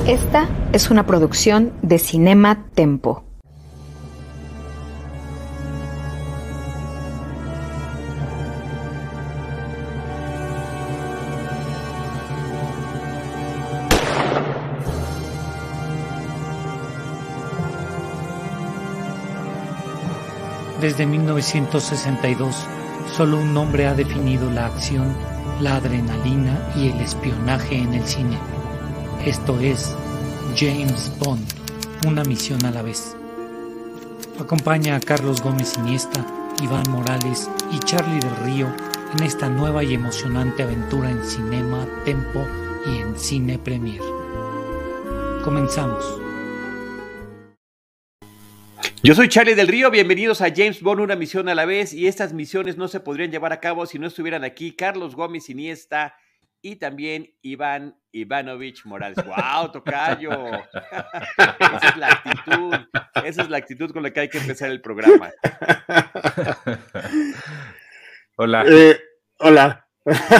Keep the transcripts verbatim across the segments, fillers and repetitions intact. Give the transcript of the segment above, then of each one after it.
Esta es una producción de Cinema Tempo. Desde mil novecientos sesenta y dos, solo un nombre ha definido la acción, la adrenalina y el espionaje en el cine. Esto es James Bond, una misión a la vez. Acompaña a Carlos Gómez Iniesta, Iván Morales y Charlie del Río en esta nueva y emocionante aventura en Cinema Tempo y en Cine Premier. Comenzamos. Yo soy Charlie del Río, bienvenidos a James Bond, una misión a la vez, y estas misiones no se podrían llevar a cabo si no estuvieran aquí Carlos Gómez Iniesta y también Iván Ivanovich Morales. ¡Wow, tocayo! Esa es la actitud, esa es la actitud con la que hay que empezar el programa. Hola. Eh, hola.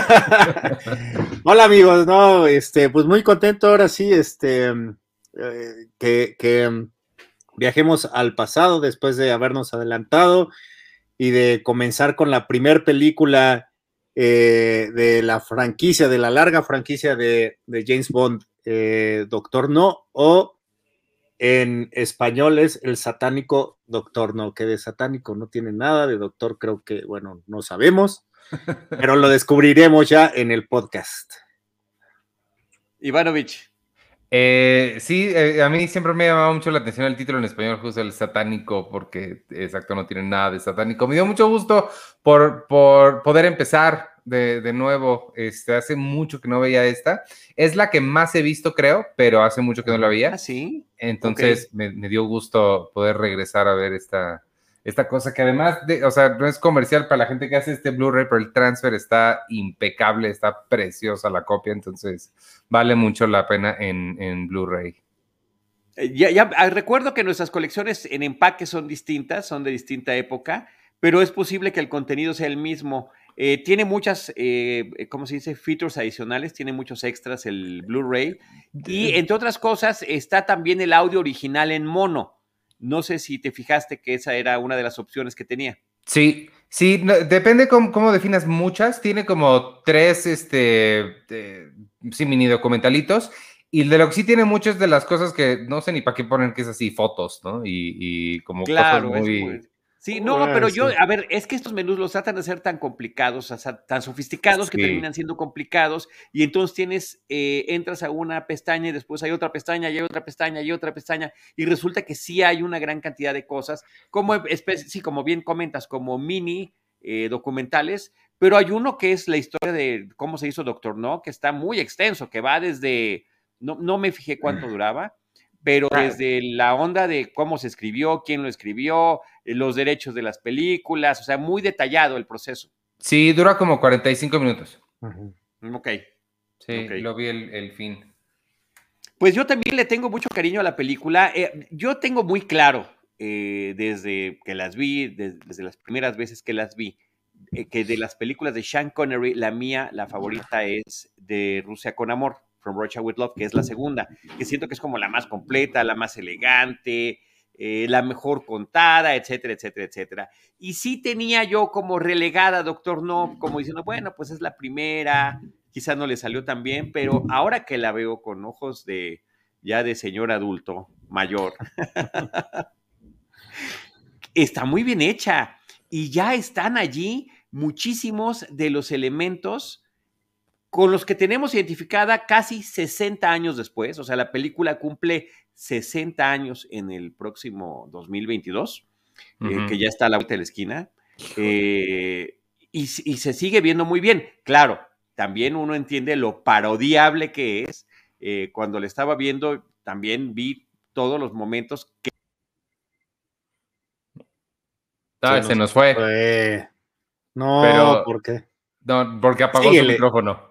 Hola amigos, no, este, pues muy contento ahora sí, este, eh, que, que viajemos al pasado después de habernos adelantado y de comenzar con la primer película eh, de la franquicia, de la larga franquicia de, de James Bond, eh, Doctor No, o en español es el satánico Doctor No, que de satánico no tiene nada, de doctor creo que, bueno, no sabemos, pero lo descubriremos ya en el podcast. Ivanovich. Eh, sí, eh, a mí siempre me ha llamado mucho la atención el título en español, justo el satánico, porque exacto, no tiene nada de satánico. Me dio mucho gusto por, por poder empezar de, de nuevo. Este, hace mucho que no veía esta. Es la que más he visto, creo, pero hace mucho que no la veía. ¿Ah, sí? Entonces Okay. me, me dio gusto poder regresar a ver esta, esta cosa que además, de, o sea, no es comercial para la gente que hace este Blu-ray, pero el transfer está impecable, está preciosa la copia, entonces vale mucho la pena en, en Blu-ray. Eh, ya, ya recuerdo que nuestras colecciones en empaque son distintas, son de distinta época, pero es posible que el contenido sea el mismo. Eh, tiene muchas, eh, ¿cómo se dice? Features adicionales, tiene muchos extras el Blu-ray. Y entre otras cosas, está también el audio original en mono. No sé si te fijaste que esa era una de las opciones que tenía. Sí, sí, no, depende cómo, cómo definas muchas. Tiene como tres, este, eh, sí, mini documentalitos. Y de lo que sí tiene muchas de las cosas que no sé ni para qué ponen, que es así, fotos, ¿no? Y, y como Claro, cosas muy... es muy... Sí, no, Ah, pero sí. yo, a ver, es que estos menús los tratan de hacer tan complicados, o sea, tan sofisticados que Sí. terminan siendo complicados, y entonces tienes, eh, entras a una pestaña y después hay otra pestaña, y hay otra pestaña, y otra pestaña, y resulta que sí hay una gran cantidad de cosas, como, especie, sí, como bien comentas, como mini eh, documentales, pero hay uno que es la historia de cómo se hizo Doctor No, que está muy extenso, que va desde, no, no me fijé cuánto duraba, pero desde la onda de cómo se escribió, quién lo escribió, los derechos de las películas, o sea, muy detallado el proceso. Sí, dura como cuarenta y cinco minutos. Uh-huh. Ok. Sí, okay. lo vi el, el fin. Pues yo también le tengo mucho cariño a la película. Eh, yo tengo muy claro, eh, desde que las vi, desde, desde las primeras veces que las vi, eh, que de las películas de Sean Connery, la mía, la favorita es de Rusia con Amor, From Russia with Love, que es la segunda, que siento que es como la más completa, la más elegante, eh, la mejor contada, etcétera, etcétera, etcétera. Y sí tenía yo como relegada Doctor No, como diciendo, bueno, pues es la primera, quizás no le salió tan bien, pero ahora que la veo con ojos de ya de señor adulto, mayor, está muy bien hecha y ya están allí muchísimos de los elementos con los que tenemos identificada casi sesenta años después. O sea, la película cumple sesenta años en el próximo dos mil veintidós, uh-huh. eh, que ya está a la vuelta de la esquina, eh, y, y se sigue viendo muy bien. Claro, también uno entiende lo parodiable que es. Eh, cuando le estaba viendo, también vi todos los momentos que... Ah, se, se nos fue. fue. No, pero, ¿por qué? No, porque apagó Síguele. su micrófono.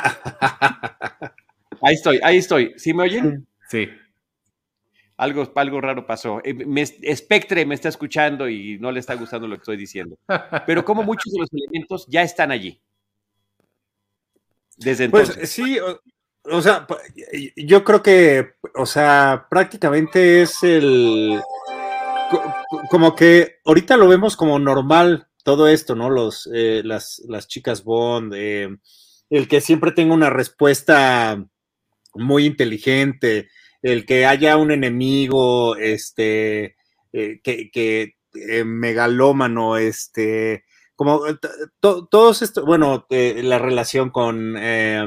Ahí estoy, ahí estoy. ¿Sí me oyen? Sí. Algo, algo raro pasó. Eh, me, Spectre me está escuchando y no le está gustando lo que estoy diciendo. Pero como muchos de los elementos ya están allí. Desde entonces. Pues sí, o, o sea, yo creo que, o sea, prácticamente es el, como que ahorita lo vemos como normal todo esto, ¿no? Los, eh, las, las chicas Bond, eh, el que siempre tenga una respuesta muy inteligente, el que haya un enemigo, este, eh, que, que eh, megalómano, este, como to, todos estos, bueno, eh, la relación con, eh,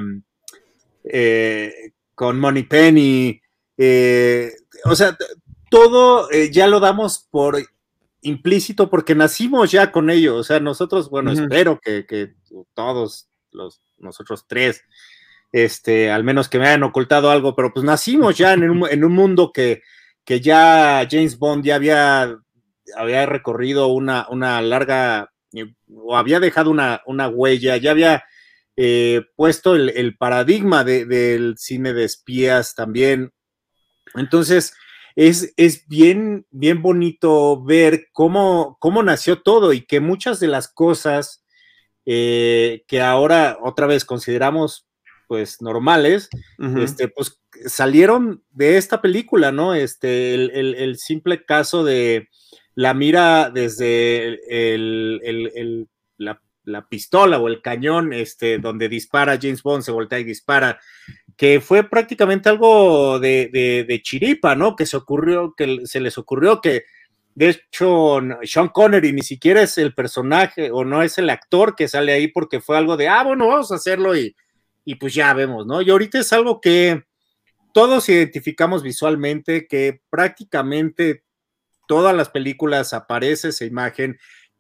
eh, con Moneypenny, eh, o sea, todo eh, ya lo damos por implícito porque nacimos ya con ello, o sea, nosotros, bueno, uh-huh. espero que, que todos los, nosotros tres, este, al menos que me hayan ocultado algo, pero pues nacimos ya en un, en un mundo que, que ya James Bond ya había, había recorrido una, una larga, o había dejado una, una huella, ya había eh, puesto el, el paradigma de, del cine de espías también. Entonces, es, es bien, bien bonito ver cómo, cómo nació todo y que muchas de las cosas eh, que ahora otra vez consideramos pues normales, uh-huh. este, pues salieron de esta película, ¿no? Este, el, el, el simple caso de la mira desde el, el, el, el la, la pistola o el cañón, este, donde dispara James Bond, se voltea y dispara, que fue prácticamente algo de, de, de chiripa, ¿no? Que se ocurrió, que se les ocurrió que, de hecho, Sean Connery ni siquiera es el personaje o no es el actor que sale ahí porque fue algo de, ah, bueno, vamos a hacerlo y, y pues ya vemos, ¿no? Y ahorita es algo que todos identificamos visualmente, que prácticamente todas las películas aparece esa imagen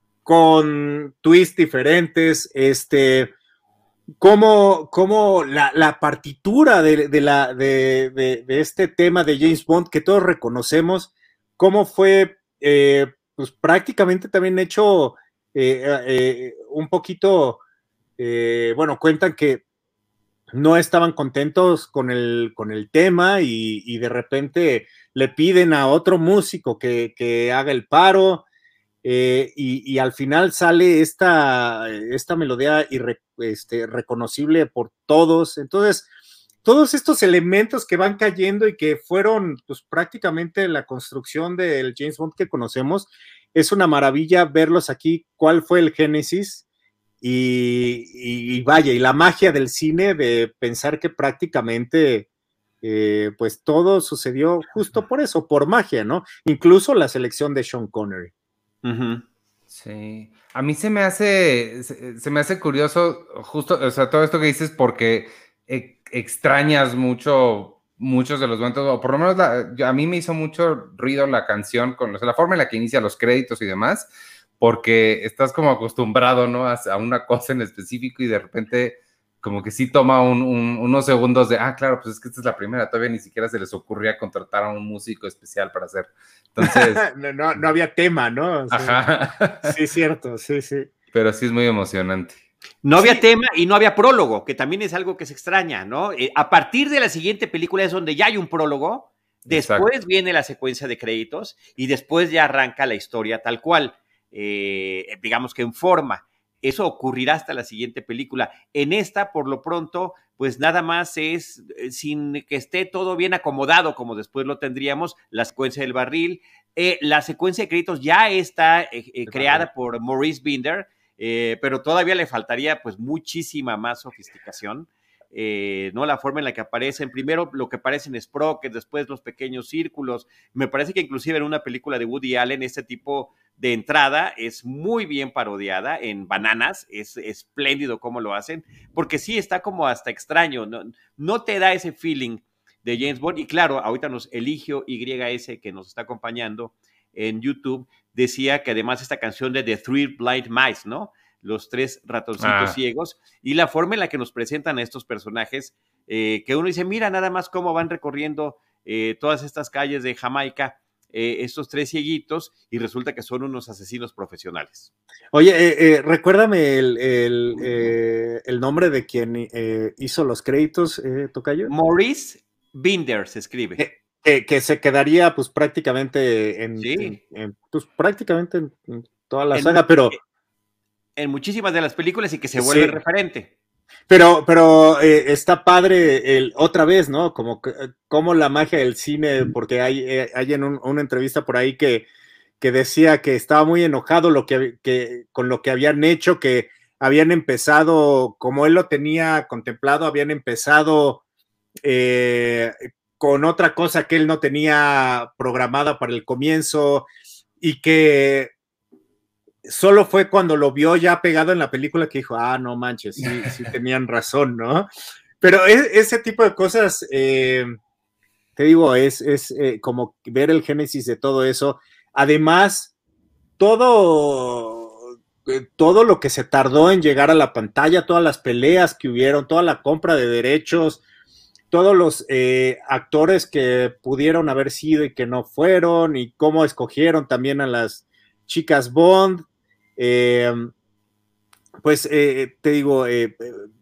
con twists diferentes, este, como, como la, la partitura de, de, la, de, de, de este tema de James Bond que todos reconocemos, cómo fue eh, pues prácticamente también hecho eh, eh, un poquito, eh, bueno, cuentan que no estaban contentos con el, con el tema y, y de repente le piden a otro músico que, que haga el paro eh, y, y al final sale esta, esta melodía irre, este, reconocible por todos. Entonces, todos estos elementos que van cayendo y que fueron pues prácticamente la construcción del James Bond que conocemos, es una maravilla verlos aquí, cuál fue el génesis. Y, y, y vaya, y la magia del cine de pensar que prácticamente eh, pues todo sucedió justo por eso, por magia, ¿no? Incluso la selección de Sean Connery. Uh-huh. Sí, a mí se me hace, se, se me hace curioso justo, o sea, todo esto que dices porque e- extrañas mucho muchos de los momentos, o por lo menos la, yo, a mí me hizo mucho ruido la canción, con o sea, la forma en la que inicia los créditos y demás, porque estás como acostumbrado, ¿no? A, a una cosa en específico y de repente como que sí toma un, un, unos segundos de, ah, claro, pues es que esta es la primera, todavía ni siquiera se les ocurría contratar a un músico especial para hacer. Entonces... no, no, no había tema, ¿no? O sea, ajá. Sí, cierto, sí, sí. Pero sí es muy emocionante. No había sí. tema y no había prólogo, que también es algo que se extraña, ¿no? Eh, a partir de la siguiente película es donde ya hay un prólogo, después Exacto. viene la secuencia de créditos y después ya arranca la historia tal cual. Eh, digamos que en forma. Eso ocurrirá hasta la siguiente película. En esta, por lo pronto, pues nada más es, sin que esté todo bien acomodado, como después lo tendríamos, la secuencia del barril. Eh, la secuencia de créditos ya está eh, eh, creada por Maurice Binder, eh, pero todavía le faltaría pues muchísima más sofisticación. Eh, ¿no? La forma en la que aparecen, primero lo que aparecen sprockets, después los pequeños círculos. Me parece que inclusive en una película de Woody Allen este tipo de entrada es muy bien parodiada en Bananas, es espléndido cómo lo hacen, porque sí está como hasta extraño, no, no te da ese feeling de James Bond. Y claro, ahorita nos Eligio Y S que nos está acompañando en YouTube decía que además esta canción de The Three Blind Mice, ¿no? Los tres ratoncitos ah. ciegos, y la forma en la que nos presentan a estos personajes, eh, que uno dice, mira nada más cómo van recorriendo eh, todas estas calles de Jamaica, eh, estos tres cieguitos, y resulta que son unos asesinos profesionales. Oye, eh, eh, recuérdame el, el, eh, el nombre de quien eh, hizo los créditos, eh, Tocayo. Maurice Binder se escribe. Eh, eh, que se quedaría pues prácticamente en, sí. en, en pues prácticamente en, en toda la en, saga, pero... en muchísimas de las películas y que se vuelve sí. referente. Pero, pero eh, está padre el, otra vez, ¿no? Como, como la magia del cine, porque hay, eh, hay en un, una entrevista por ahí que, que decía que estaba muy enojado lo que, que, con lo que habían hecho, que habían empezado, como él lo tenía contemplado, habían empezado eh, con otra cosa que él no tenía programada para el comienzo y que solo fue cuando lo vio ya pegado en la película que dijo, ah, no manches, sí, sí tenían razón, ¿no? Pero es, ese tipo de cosas, eh, te digo, es, es eh, como ver el génesis de todo eso. Además, todo, eh, todo lo que se tardó en llegar a la pantalla, todas las peleas que hubieron, toda la compra de derechos, todos los eh, actores que pudieron haber sido y que no fueron, y cómo escogieron también a las chicas Bond. Eh, pues eh, te digo, eh,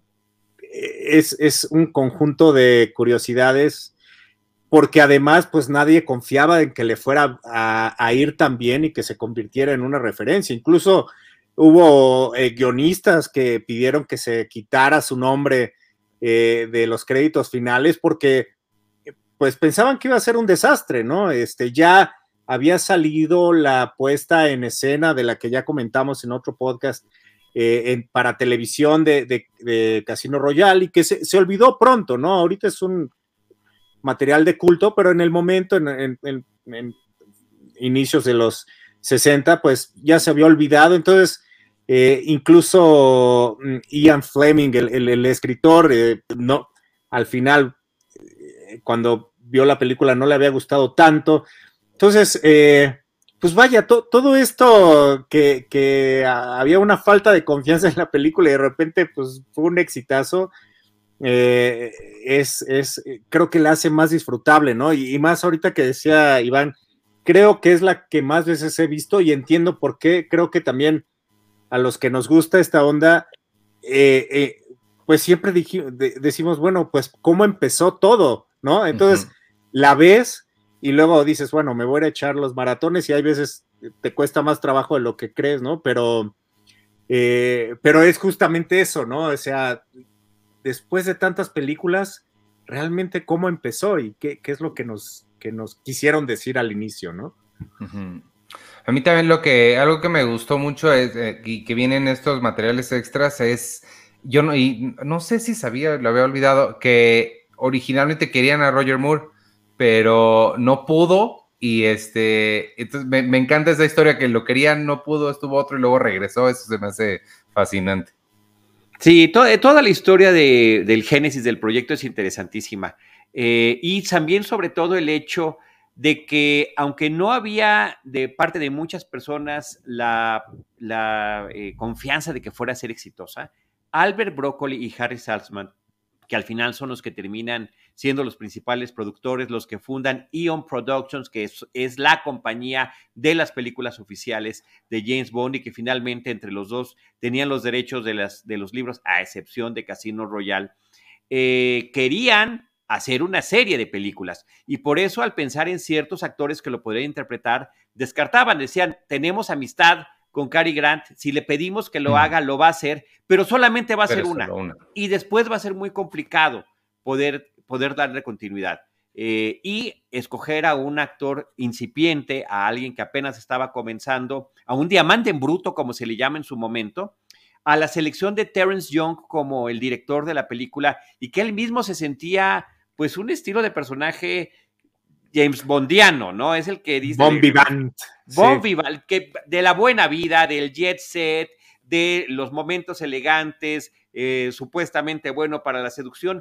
es, es un conjunto de curiosidades, porque además pues nadie confiaba en que le fuera a, a ir tan bien y que se convirtiera en una referencia. Incluso hubo eh, guionistas que pidieron que se quitara su nombre eh, de los créditos finales porque pues pensaban que iba a ser un desastre, ¿no? Este, ya había salido la puesta en escena de la que ya comentamos en otro podcast eh, en, para televisión de, de, de Casino Royale y que se, se olvidó pronto, ¿no? Ahorita es un material de culto, pero en el momento, en, en, en, en inicios de los sesenta, pues ya se había olvidado. Entonces, eh, incluso Ian Fleming, el, el, el escritor, eh, no, al final, eh, cuando vio la película no le había gustado tanto. Entonces, eh, pues vaya, to, todo esto que, que había una falta de confianza en la película y de repente pues fue un exitazo. Eh, es, es, creo que la hace más disfrutable, ¿no? Y, y más ahorita que decía Iván, creo que es la que más veces he visto y entiendo por qué. Creo que también a los que nos gusta esta onda, eh, eh, pues siempre dij, de, decimos, bueno, pues cómo empezó todo, ¿no? Entonces uh-huh. la ves y luego dices, bueno, me voy a echar los maratones y hay veces te cuesta más trabajo de lo que crees, ¿no? Pero, eh, pero es justamente eso, ¿no? O sea, después de tantas películas, realmente cómo empezó y qué, qué es lo que nos, que nos quisieron decir al inicio, ¿no? Uh-huh. A mí también lo que, algo que me gustó mucho es, eh, y que vienen estos materiales extras es, yo no, y no sé si sabía, lo había olvidado, que originalmente querían a Roger Moore, pero no pudo, y este, entonces me, me encanta esa historia que lo querían, no pudo, estuvo otro y luego regresó, eso se me hace fascinante. Sí, to toda la historia de, del génesis del proyecto es interesantísima. Eh, y también sobre todo el hecho de que aunque no había de parte de muchas personas la, la eh, confianza de que fuera a ser exitosa, Albert Broccoli y Harry Saltzman, que al final son los que terminan siendo los principales productores, los que fundan Eon Productions, que es, es la compañía de las películas oficiales de James Bond y que finalmente entre los dos tenían los derechos de, las, de los libros, a excepción de Casino Royale, eh, querían hacer una serie de películas y por eso al pensar en ciertos actores que lo podrían interpretar, descartaban, decían, tenemos amistad con Cary Grant, si le pedimos que lo haga, lo va a hacer, pero solamente va a pero ser una. una. Y después va a ser muy complicado poder, poder darle continuidad. Eh, y escoger a un actor incipiente, a alguien que apenas estaba comenzando, a un diamante en bruto, como se le llama en su momento, a la selección de Terence Young como el director de la película, y que él mismo se sentía, pues, un estilo de personaje James Bondiano, ¿no? Es el que dice... Bon vivant. Bon vivant, que de la buena vida, del jet set, de los momentos elegantes, eh, supuestamente bueno para la seducción,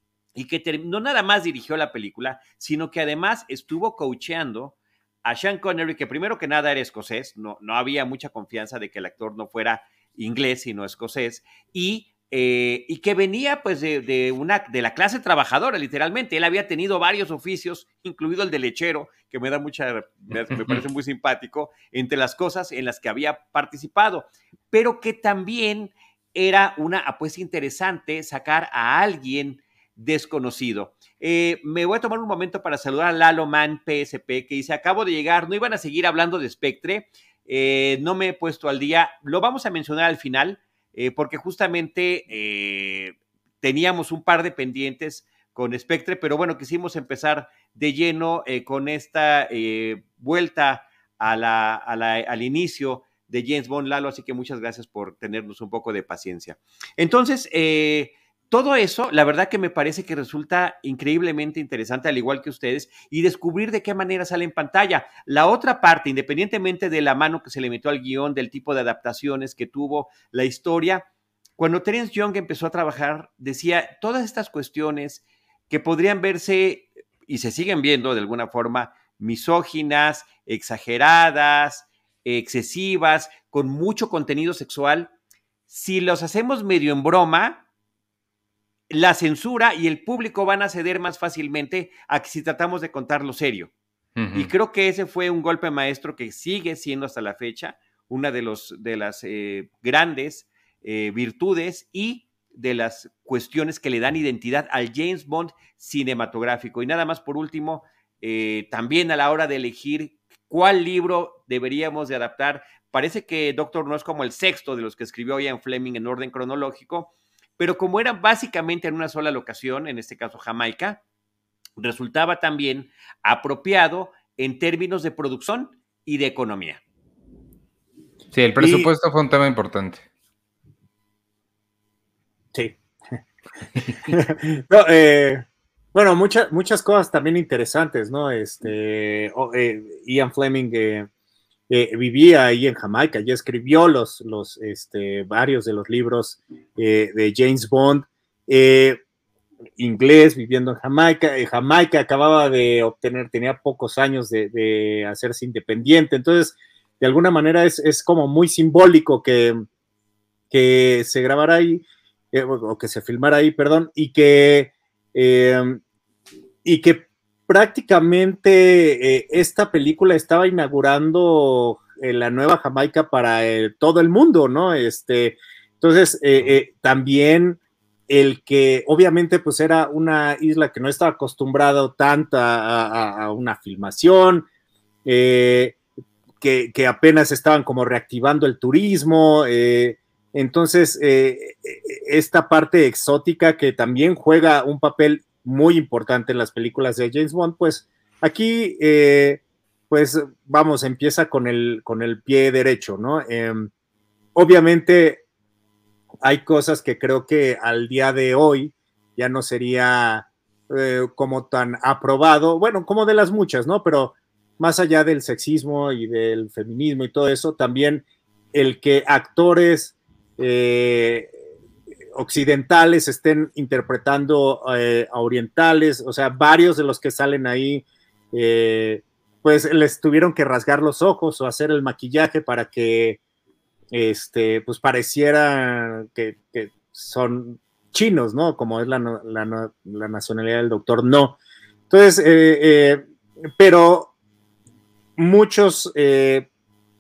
y que no nada más dirigió la película, sino que además estuvo coacheando a Sean Connery, que primero que nada era escocés, no, no había mucha confianza de que el actor no fuera inglés, sino escocés, y... Eh, y que venía pues de, de, una, de la clase trabajadora, literalmente. Él había tenido varios oficios, incluido el de lechero, que me da mucha, me, me parece muy simpático, entre las cosas en las que había participado, pero que también era una apuesta interesante sacar a alguien desconocido. Eh, me voy a tomar un momento para saludar a Lalo Man P S P, que dice, acabo de llegar, no iban a seguir hablando de Spectre, eh, no me he puesto al día, lo vamos a mencionar al final. eh, porque justamente eh, teníamos un par de pendientes con Spectre, pero bueno, quisimos empezar de lleno eh, con esta eh, vuelta a la, a la, al inicio de James Bond, Lalo, así que muchas gracias por tenernos un poco de paciencia. Entonces, eh, todo eso, la verdad que me parece que resulta increíblemente interesante, al igual que ustedes, y descubrir de qué manera sale en pantalla. La otra parte, independientemente de la mano que se le metió al guión, del tipo de adaptaciones que tuvo la historia, cuando Terence Young empezó a trabajar, decía, todas estas cuestiones que podrían verse, y se siguen viendo de alguna forma, misóginas, exageradas, excesivas, con mucho contenido sexual, si los hacemos medio en broma, la censura y el público van a ceder más fácilmente a que si tratamos de contarlo serio. Uh-huh. Y creo que ese fue un golpe maestro que sigue siendo hasta la fecha una de, los, de las eh, grandes eh, virtudes y de las cuestiones que le dan identidad al James Bond cinematográfico. Y nada más por último, eh, también a la hora de elegir cuál libro deberíamos de adaptar, parece que Doctor No es como el sexto de los que escribió Ian Fleming en orden cronológico, pero como eran básicamente en una sola locación, en este caso Jamaica, resultaba también apropiado en términos de producción y de economía. Sí, el presupuesto y... fue un tema importante. Sí. no, eh, bueno, muchas muchas cosas también interesantes, ¿no? Este, oh, eh, Ian Fleming eh, eh, vivía ahí en Jamaica, ya escribió los, los este, varios de los libros eh, de James Bond, eh, inglés, viviendo en Jamaica. Eh, Jamaica acababa de obtener, tenía pocos años de, de hacerse independiente, entonces, de alguna manera es, es como muy simbólico que, que se grabara ahí, eh, o que se filmara ahí, perdón, y que, eh, y que prácticamente eh, esta película estaba inaugurando eh, la nueva Jamaica para eh, todo el mundo, ¿no? Este, entonces, eh, eh, también el que obviamente pues era una isla que no estaba acostumbrado tanto a, a, a una filmación, eh, que, que apenas estaban como reactivando el turismo, eh, entonces eh, esta parte exótica que también juega un papel muy importante en las películas de James Bond, pues aquí eh, pues vamos, empieza con el, con el pie derecho, ¿no? Eh, obviamente hay cosas que creo que al día de hoy ya no sería eh, como tan aprobado, bueno, como de las muchas, ¿no? Pero más allá del sexismo y del feminismo y todo eso, también el que actores eh, occidentales estén interpretando eh, a orientales, o sea, varios de los que salen ahí, eh, pues les tuvieron que rasgar los ojos o hacer el maquillaje para que este, pues pareciera que, que son chinos, ¿no? Como es la, la, la nacionalidad del Doctor No. Entonces, eh, eh, pero muchos eh,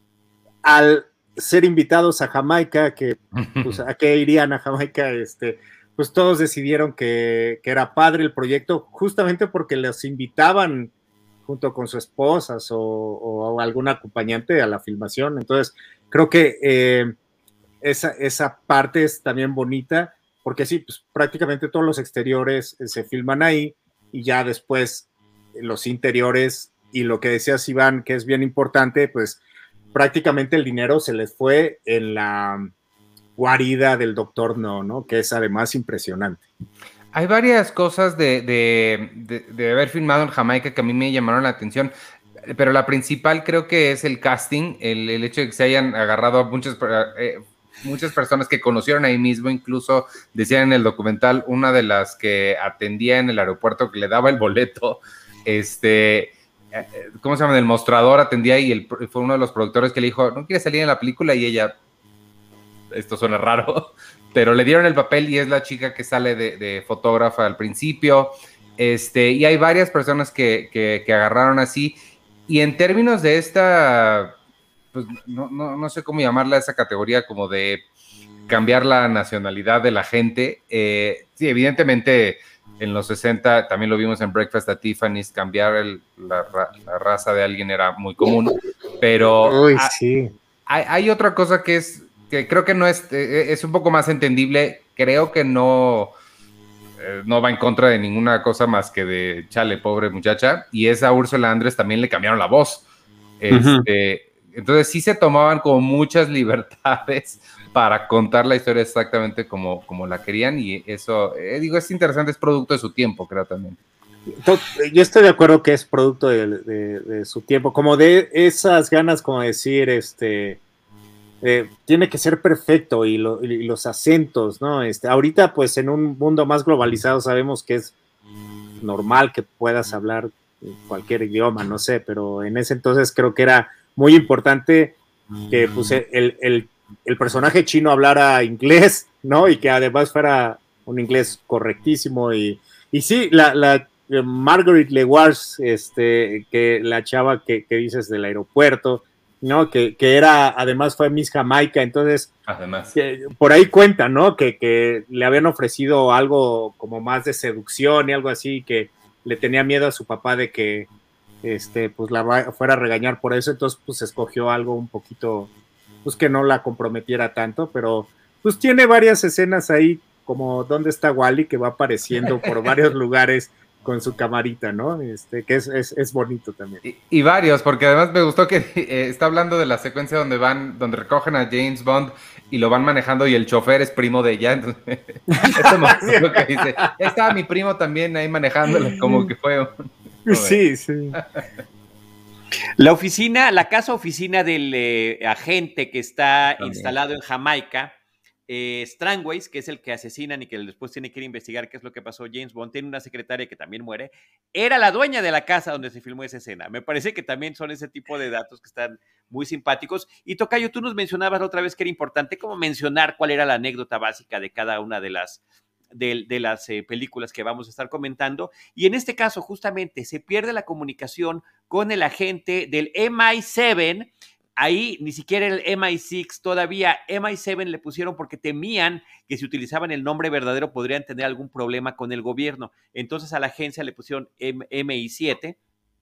al ser invitados a Jamaica, que pues, a qué irían a Jamaica, este, pues todos decidieron que, que era padre el proyecto, justamente porque los invitaban junto con sus esposas o, o algún acompañante a la filmación. Entonces, creo que eh, esa, esa parte es también bonita, porque sí, pues prácticamente todos los exteriores se filman ahí y ya después los interiores y lo que decías, Iván, que es bien importante, pues prácticamente el dinero se les fue en la guarida del Doctor No, ¿no? Que es además impresionante. Hay varias cosas de, de, de, de haber filmado en Jamaica que a mí me llamaron la atención, pero la principal creo que es el casting, el, el hecho de que se hayan agarrado a muchas, eh, muchas personas que conocieron ahí mismo, incluso decían en el documental, una de las que atendía en el aeropuerto que le daba el boleto, este... ¿cómo se llama? El mostrador atendía y el, fue uno de los productores que le dijo, ¿no quieres salir en la película? Y ella, esto suena raro, pero le dieron el papel y es la chica que sale de, de fotógrafa al principio, este, y hay varias personas que, que, que agarraron así, y en términos de esta, pues no, no, no sé cómo llamarla, esa categoría como de cambiar la nacionalidad de la gente, eh, sí, evidentemente... En los sesenta, también lo vimos en Breakfast at Tiffany's, cambiar el, la, la raza de alguien era muy común, pero Uy, hay, sí. hay, hay otra cosa que es que creo que no es, eh, es un poco más entendible, creo que no, eh, no va en contra de ninguna cosa más que de chale, pobre muchacha, y esa Úrsula Andrés también le cambiaron la voz. Este, uh-huh. Entonces sí se tomaban como muchas libertades para contar la historia exactamente como, como la querían, y eso, eh, digo, es interesante, es producto de su tiempo, creo también. Yo estoy de acuerdo que es producto de, de, de su tiempo, como de esas ganas, como decir, este, eh, tiene que ser perfecto y, lo, y los acentos, ¿no? Este, ahorita, pues, en un mundo más globalizado sabemos que es normal que puedas hablar cualquier idioma, no sé, pero en ese entonces creo que era muy importante que, pues, el, el, el personaje chino hablara inglés, ¿no? Y que además fuera un inglés correctísimo y, y sí, la, la Marguerite Lewars, este, que la chava que, que dices del aeropuerto, ¿no? Que, que era, además fue Miss Jamaica, entonces, además, que, por ahí cuenta, ¿no? Que, que le habían ofrecido algo como más de seducción y algo así, que le tenía miedo a su papá de que, este, pues la fuera a regañar por eso, entonces, pues escogió algo un poquito, pues que no la comprometiera tanto, pero, pues tiene varias escenas ahí, como ¿Dónde está Wally?, que va apareciendo por varios lugares con su camarita, ¿no? Este, que es, es, es bonito también. Y, y varios, porque además me gustó que eh, está hablando de la secuencia donde van, donde recogen a James Bond y lo van manejando y el chofer es primo de ella. Entonces, esto me lo que dice. Estaba mi primo también ahí manejándolo, como que fue un... Sí, sí. La oficina, la casa oficina del eh, agente que está también instalado en Jamaica, Eh, Strangways, que es el que asesinan y que después tiene que ir a investigar qué es lo que pasó James Bond, tiene una secretaria que también muere, era la dueña de la casa donde se filmó esa escena. Me parece que también son ese tipo de datos que están muy simpáticos. Y Tocayo, tú nos mencionabas la otra vez que era importante como mencionar cuál era la anécdota básica de cada una de las, de, de las eh, películas que vamos a estar comentando. Y en este caso, justamente, se pierde la comunicación con el agente del M I siete. Ahí ni siquiera el M I seis todavía, M I siete le pusieron porque temían que si utilizaban el nombre verdadero podrían tener algún problema con el gobierno. Entonces a la agencia le pusieron M I siete.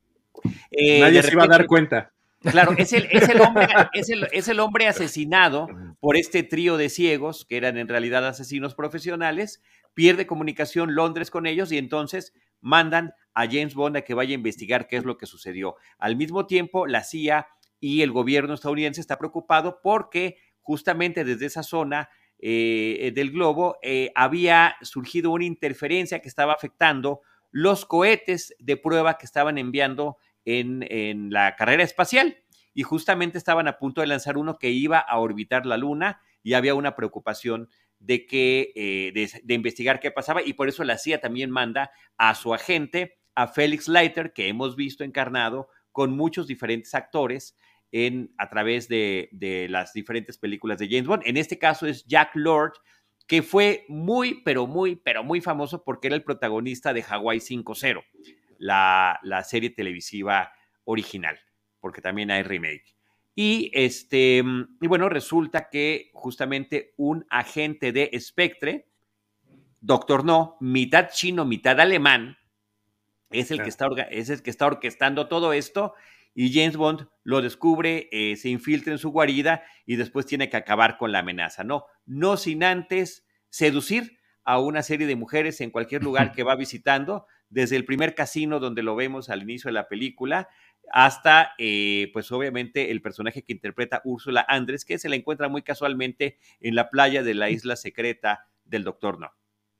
Eh, Nadie se repente, iba a dar cuenta. Claro, es el, es, el hombre, es, el, es el hombre asesinado por este trío de ciegos, que eran en realidad asesinos profesionales, pierde comunicación Londres con ellos y entonces mandan a James Bond a que vaya a investigar qué es lo que sucedió. Al mismo tiempo, la C I A y el gobierno estadounidense está preocupado porque justamente desde esa zona eh, del globo eh, había surgido una interferencia que estaba afectando los cohetes de prueba que estaban enviando en, en la carrera espacial y justamente estaban a punto de lanzar uno que iba a orbitar la Luna y había una preocupación de, que, eh, de, de investigar qué pasaba y por eso la C I A también manda a su agente, a Felix Leiter, que hemos visto encarnado con muchos diferentes actores en, a través de, de las diferentes películas de James Bond. En este caso es Jack Lord, que fue muy, pero muy, pero muy famoso porque era el protagonista de Hawaii cinco cero, la, la serie televisiva original, porque también hay remake. Y, este, y bueno, resulta que justamente un agente de Spectre, Doctor No, mitad chino, mitad alemán, es el, que está, es el que está orquestando todo esto. Y James Bond lo descubre, eh, se infiltra en su guarida y después tiene que acabar con la amenaza, ¿no? No sin antes seducir a una serie de mujeres en cualquier lugar que va visitando, desde el primer casino donde lo vemos al inicio de la película, hasta, eh, pues obviamente, el personaje que interpreta Úrsula Andrés, que se la encuentra muy casualmente en la playa de la isla secreta del Doctor No.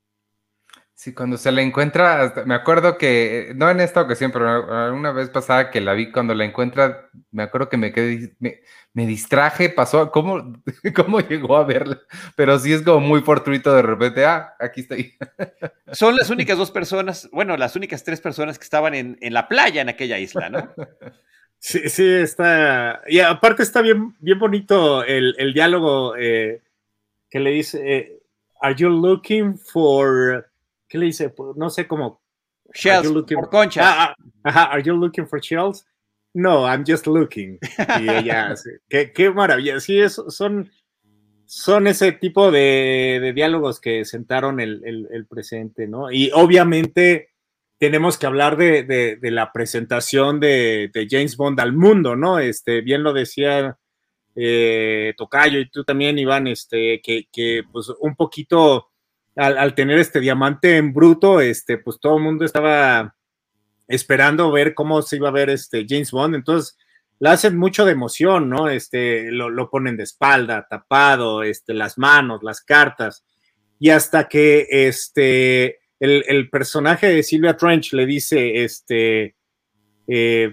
Sí, cuando se la encuentra, hasta, me acuerdo que, no en esta ocasión, pero una vez pasada que la vi, cuando la encuentra, me acuerdo que me quedé, me, me distraje, pasó, ¿cómo, ¿cómo llegó a verla? Pero sí es como muy fortuito de repente, ah, aquí estoy. Son las únicas dos personas, bueno, las únicas tres personas que estaban en, en la playa en aquella isla, ¿no? Sí, sí, está, y aparte está bien, bien bonito el, el diálogo eh, que le dice, eh, ¿Are you looking for... ¿Qué le dice? No sé cómo. Shells, por conchas. Ah, ah, ajá, ¿Are you looking for shells? No, I'm just looking. Y ella, sí, qué, qué maravilla. Sí, es, son, son ese tipo de, de diálogos que sentaron el, el, el presente, ¿no? Y obviamente tenemos que hablar de, de, de la presentación de, de James Bond al mundo, ¿no? Este, bien lo decía eh, Tocayo y tú también, Iván, este, que, que pues un poquito al, al tener este diamante en bruto, este, pues todo el mundo estaba esperando ver cómo se iba a ver este James Bond, entonces la hacen mucho de emoción, ¿no? Este, lo, lo ponen de espalda, tapado, este, las manos, las cartas, y hasta que este, el, el personaje de Sylvia Trench le dice, este, eh,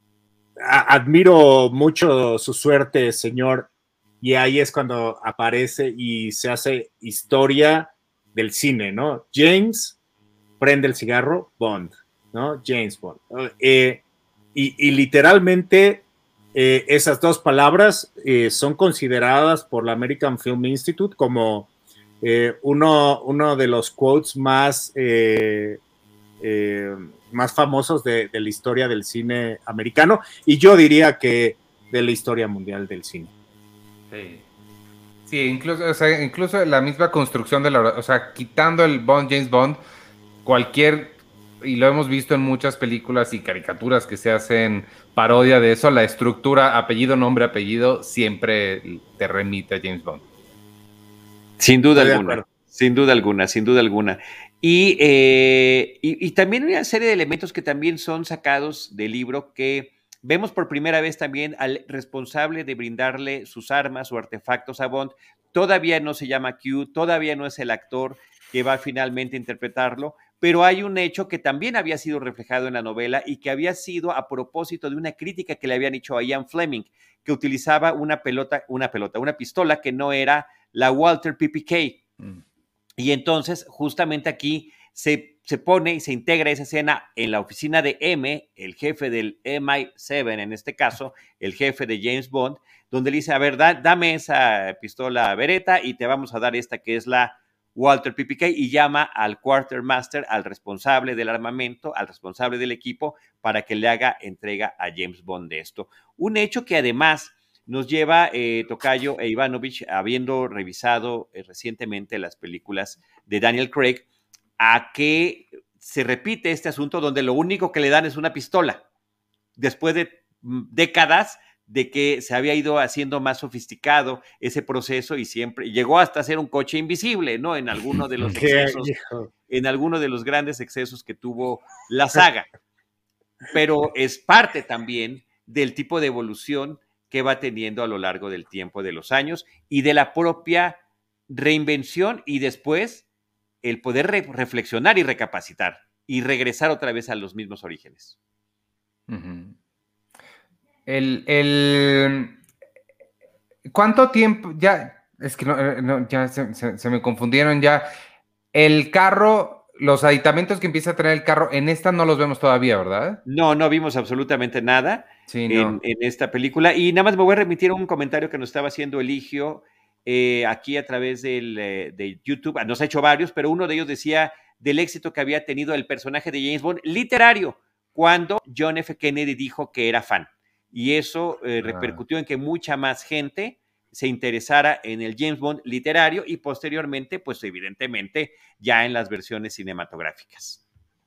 a, admiro mucho su suerte, señor, y ahí es cuando aparece y se hace historia del cine, ¿no? James prende el cigarro, Bond, ¿no? James Bond. Eh, y, y literalmente eh, esas dos palabras eh, son consideradas por la American Film Institute como eh, uno, uno de los quotes más, eh, eh, más famosos de, de la historia del cine americano, y yo diría que de la historia mundial del cine. Sí. Sí, incluso, o sea, incluso la misma construcción de la, o sea, quitando el Bond, James Bond, cualquier, y lo hemos visto en muchas películas y caricaturas que se hacen parodia de eso, la estructura apellido, nombre, apellido, siempre te remite a James Bond. Sin duda alguna, sin duda alguna, sin duda alguna. Y, eh, y, y también una serie de elementos que también son sacados del libro, que vemos por primera vez también al responsable de brindarle sus armas o artefactos a Bond. Todavía no se llama Q, todavía no es el actor que va finalmente a interpretarlo, pero hay un hecho que también había sido reflejado en la novela y que había sido a propósito de una crítica que le habían hecho a Ian Fleming, que utilizaba una pelota, una pelota, una pistola que no era la Walther P P K. Mm. Y entonces, justamente aquí se, se pone y se integra esa escena en la oficina de M, el jefe del M I siete, en este caso, el jefe de James Bond, donde le dice, a ver, da, dame esa pistola Beretta y te vamos a dar esta que es la Walther P P K, y llama al quartermaster, al responsable del armamento, al responsable del equipo, para que le haga entrega a James Bond de esto. Un hecho que además nos lleva eh, Tocayo e Ivanovich, habiendo revisado eh, recientemente las películas de Daniel Craig, a que se repite este asunto donde lo único que le dan es una pistola, después de décadas de que se había ido haciendo más sofisticado ese proceso y siempre llegó hasta ser un coche invisible, ¿no? En alguno de los excesos, en alguno de los grandes excesos que tuvo la saga. Pero es parte también del tipo de evolución que va teniendo a lo largo del tiempo, de los años, y de la propia reinvención, y después el poder re reflexionar y recapacitar y regresar otra vez a los mismos orígenes. Uh-huh. El, el... ¿Cuánto tiempo? Ya, es que no, no, ya se, se, se me confundieron ya. El carro, los aditamentos que empieza a tener el carro, en esta no los vemos todavía, ¿verdad? No, no vimos absolutamente nada sí, en, no. en esta película. Y nada más me voy a remitir a un comentario que nos estaba haciendo Eligio eh, aquí a través del, eh, de YouTube. Nos ha hecho varios, pero uno de ellos decía del éxito que había tenido el personaje de James Bond literario, cuando John F. Kennedy dijo que era fan. Y eso eh, repercutió en que mucha más gente se interesara en el James Bond literario y posteriormente, pues evidentemente, ya en las versiones cinematográficas.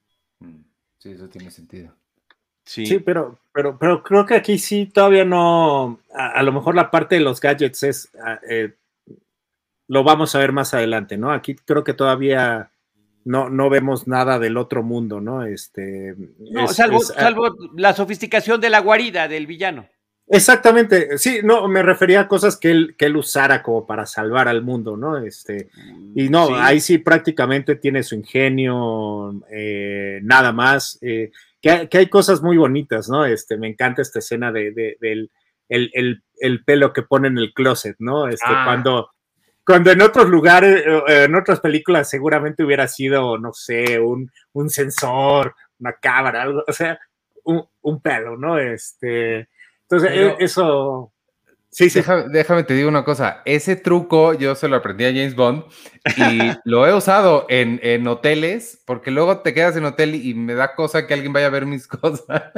Sí, eso tiene sentido. Sí, sí pero, pero, pero creo que aquí sí todavía no, a, a lo mejor la parte de los gadgets es, eh, lo vamos a ver más adelante, ¿no? Aquí creo que todavía no, no vemos nada del otro mundo, ¿no? Este, no, es, salvo, es, salvo la sofisticación de la guarida del villano. Exactamente, sí, no, me refería a cosas que él, que él usara como para salvar al mundo, ¿no? Este, y no, sí. Ahí sí prácticamente tiene su ingenio, eh, nada más, eh, que, hay, que hay cosas muy bonitas, ¿no? Este, me encanta esta escena de, de, del el, el, el pelo que pone en el closet, ¿no? Este, ah. cuando, cuando en otros lugares, en otras películas seguramente hubiera sido, no sé, un, un sensor, una cámara, algo, o sea, un, un pelo, ¿no? Este... Entonces, pero, eso... Sí, sí. Déjame, déjame te digo una cosa. Ese truco yo se lo aprendí a James Bond y lo he usado en, en hoteles, porque luego te quedas en hotel y me da cosa que alguien vaya a ver mis cosas.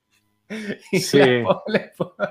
Y sí. Le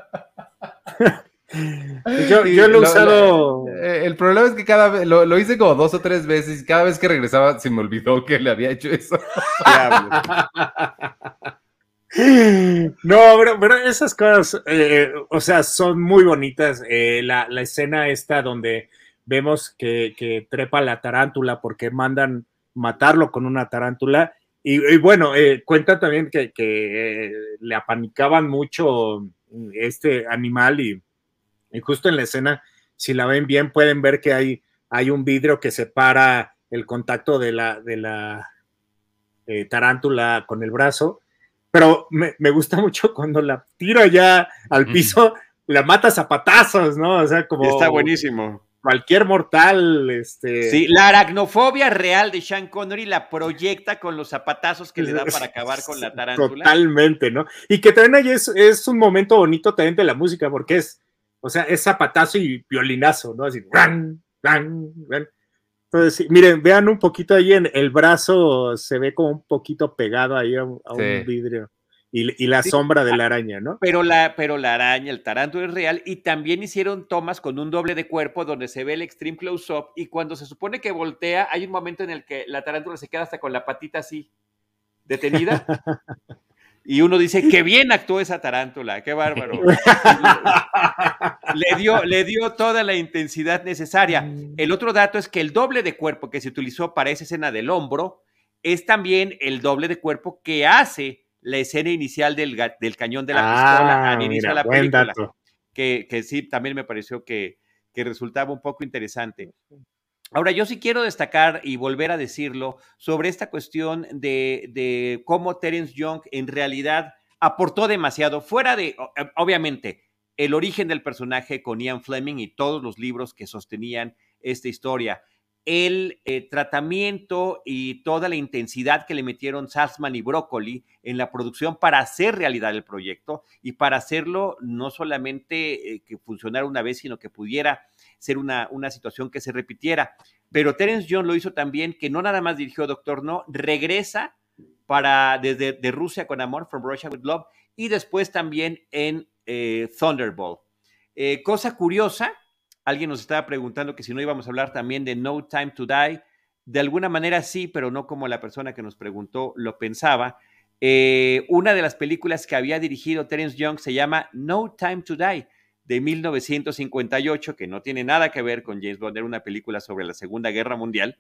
yo, yo lo he usado... Lo, el problema es que cada vez, lo, lo hice como dos o tres veces y cada vez que regresaba se me olvidó que le había hecho eso. No, pero, pero esas cosas, eh, o sea, son muy bonitas. Eh, la, la escena esta donde vemos que, que trepa la tarántula porque mandan matarlo con una tarántula. Y, y bueno, eh, cuenta también que, que eh, le apanicaban mucho este animal y, y justo en la escena, si la ven bien, pueden ver que hay, hay un vidrio que separa el contacto de la, de la eh, tarántula con el brazo. Pero me, me gusta mucho cuando la tira ya al piso, mm. la mata a zapatazos, ¿no? O sea, como... Está buenísimo. Cualquier mortal, este... Sí, la aracnofobia real de Sean Connery la proyecta con los zapatazos que le da para acabar con la tarántula. Totalmente, ¿no? Y que también ahí es, es un momento bonito también de la música, porque es, o sea, es zapatazo y violinazo, ¿no? Así, ran, ran, ran. Entonces, sí, miren, vean un poquito ahí en el brazo, se ve como un poquito pegado ahí a, a sí. un vidrio. Y, y la sí, sombra de la araña, ¿no? Pero la, pero la araña, el tarántula es real, y también hicieron tomas con un doble de cuerpo donde se ve el extreme close-up, y cuando se supone que voltea, hay un momento en el que la tarántula se queda hasta con la patita así, detenida, y uno dice, qué bien actuó esa tarántula, qué bárbaro. le, dio, le dio toda la intensidad necesaria. El otro dato es que el doble de cuerpo que se utilizó para esa escena del hombro es también el doble de cuerpo que hace la escena inicial del, del cañón de la ah, pistola al inicio mira, de la película, dato. Que, que sí, también me pareció que, que resultaba un poco interesante. Ahora, yo sí quiero destacar y volver a decirlo sobre esta cuestión de, de cómo Terence Young en realidad aportó demasiado, fuera de, obviamente, el origen del personaje con Ian Fleming y todos los libros que sostenían esta historia, el eh, tratamiento y toda la intensidad que le metieron Saltzman y Broccoli en la producción para hacer realidad el proyecto y para hacerlo no solamente eh, que funcionara una vez, sino que pudiera ser una, una situación que se repitiera. Pero Terence Young lo hizo también, que no nada más dirigió Doctor No, regresa para, desde de Rusia con Amor, From Russia with Love, y después también en eh, Thunderbolt. Eh, cosa curiosa, alguien nos estaba preguntando que si no íbamos a hablar también de No Time to Die. De alguna manera sí, pero no como la persona que nos preguntó lo pensaba. Eh, una de las películas que había dirigido Terence Young se llama No Time to Die, de mil novecientos cincuenta y ocho, que no tiene nada que ver con James Bond, era una película sobre la Segunda Guerra Mundial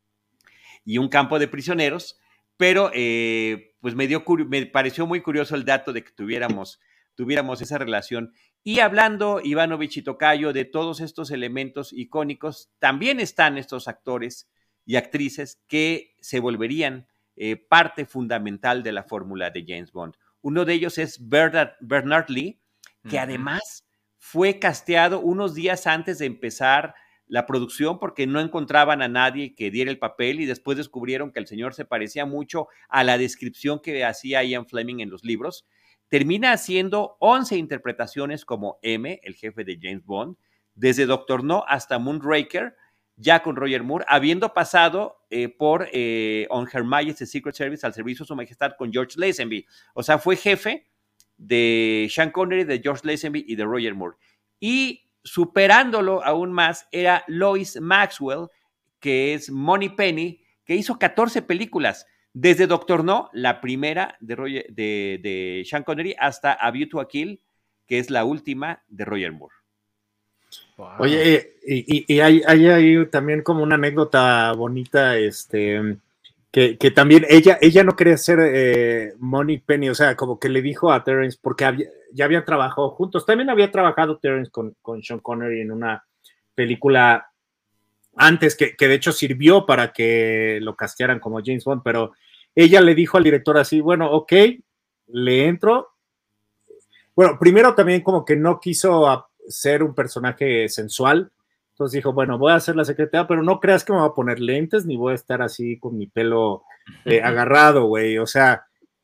y un campo de prisioneros, pero eh, pues me, dio, me pareció muy curioso el dato de que tuviéramos, tuviéramos esa relación. Y hablando, Ivanovich y Tocayo, de todos estos elementos icónicos, también están estos actores y actrices que se volverían eh, parte fundamental de la fórmula de James Bond. Uno de ellos es Bernard, Bernard Lee, que uh-huh. además fue casteado unos días antes de empezar la producción porque no encontraban a nadie que diera el papel y después descubrieron que el señor se parecía mucho a la descripción que hacía Ian Fleming en los libros. Termina haciendo once interpretaciones como M, el jefe de James Bond, desde Doctor No hasta Moonraker, ya con Roger Moore, habiendo pasado eh, por eh, On Her Majesty's Secret Service, al servicio de su majestad con George Lazenby. O sea, fue jefe de Sean Connery, de George Lazenby y de Roger Moore. Y superándolo aún más era Lois Maxwell, que es Moneypenny, que hizo catorce películas, desde Doctor No, la primera de, Roger, de, de Sean Connery, hasta A View to a Kill, que es la última de Roger Moore. Wow. Oye, y, y, y hay, hay ahí también como una anécdota bonita, este, que, que también ella, ella no quería ser eh, Moneypenny, o sea, como que le dijo a Terence, porque había, ya habían trabajado juntos, también había trabajado Terence con, con Sean Connery en una película antes, que, que de hecho sirvió para que lo castearan como James Bond, pero ella le dijo al director así, bueno, ok, le entro. Bueno, primero también como que no quiso ser un personaje sensual, entonces dijo, bueno, voy a ser la secretaria, pero no creas que me voy a poner lentes, ni voy a estar así con mi pelo eh, agarrado, güey, o sea,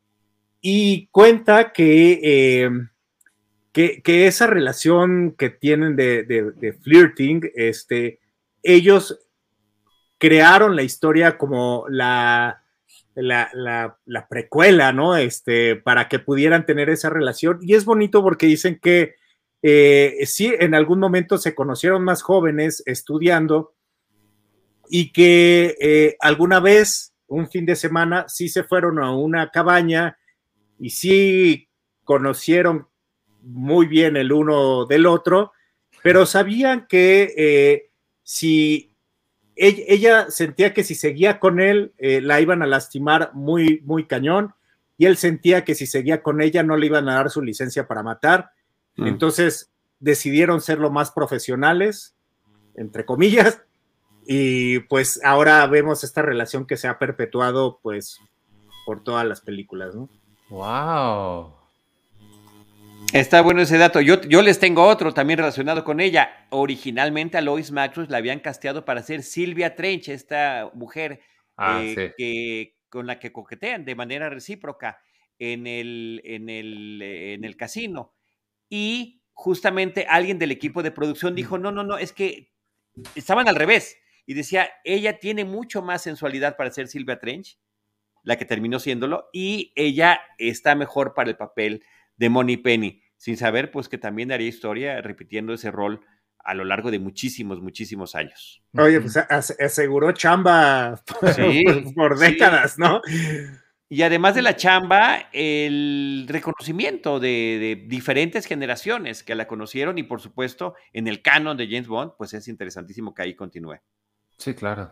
y cuenta que, eh, que, que esa relación que tienen de, de, de flirting, este, ellos crearon la historia como la, la, la, la precuela, ¿no? Este, para que pudieran tener esa relación. Y es bonito porque dicen que eh, sí, en algún momento se conocieron más jóvenes estudiando y que eh, alguna vez, un fin de semana, sí se fueron a una cabaña y sí conocieron muy bien el uno del otro, pero sabían que eh, si ella, ella sentía que si seguía con él, eh, la iban a lastimar muy, muy cañón, y él sentía que si seguía con ella no le iban a dar su licencia para matar. Mm. Entonces decidieron ser lo más profesionales, entre comillas, y pues ahora vemos esta relación que se ha perpetuado pues por todas las películas, ¿no? ¡Wow! Está bueno ese dato. Yo, yo les tengo otro también relacionado con ella. Originalmente a Lois Maxwell la habían casteado para ser Sylvia Trench, esta mujer ah, eh, sí. que, con la que coquetean de manera recíproca en el, en, el, en el casino. Y justamente alguien del equipo de producción dijo, no, no, no, es que estaban al revés. Y decía, ella tiene mucho más sensualidad para ser Sylvia Trench, la que terminó siéndolo, y ella está mejor para el papel de Moneypenny, sin saber pues que también haría historia repitiendo ese rol a lo largo de muchísimos, muchísimos años. Oye, pues aseguró chamba sí, por, por décadas, sí. ¿no? Y además de la chamba, el reconocimiento de, de diferentes generaciones que la conocieron y por supuesto en el canon de James Bond, pues es interesantísimo que ahí continúe. Sí, claro.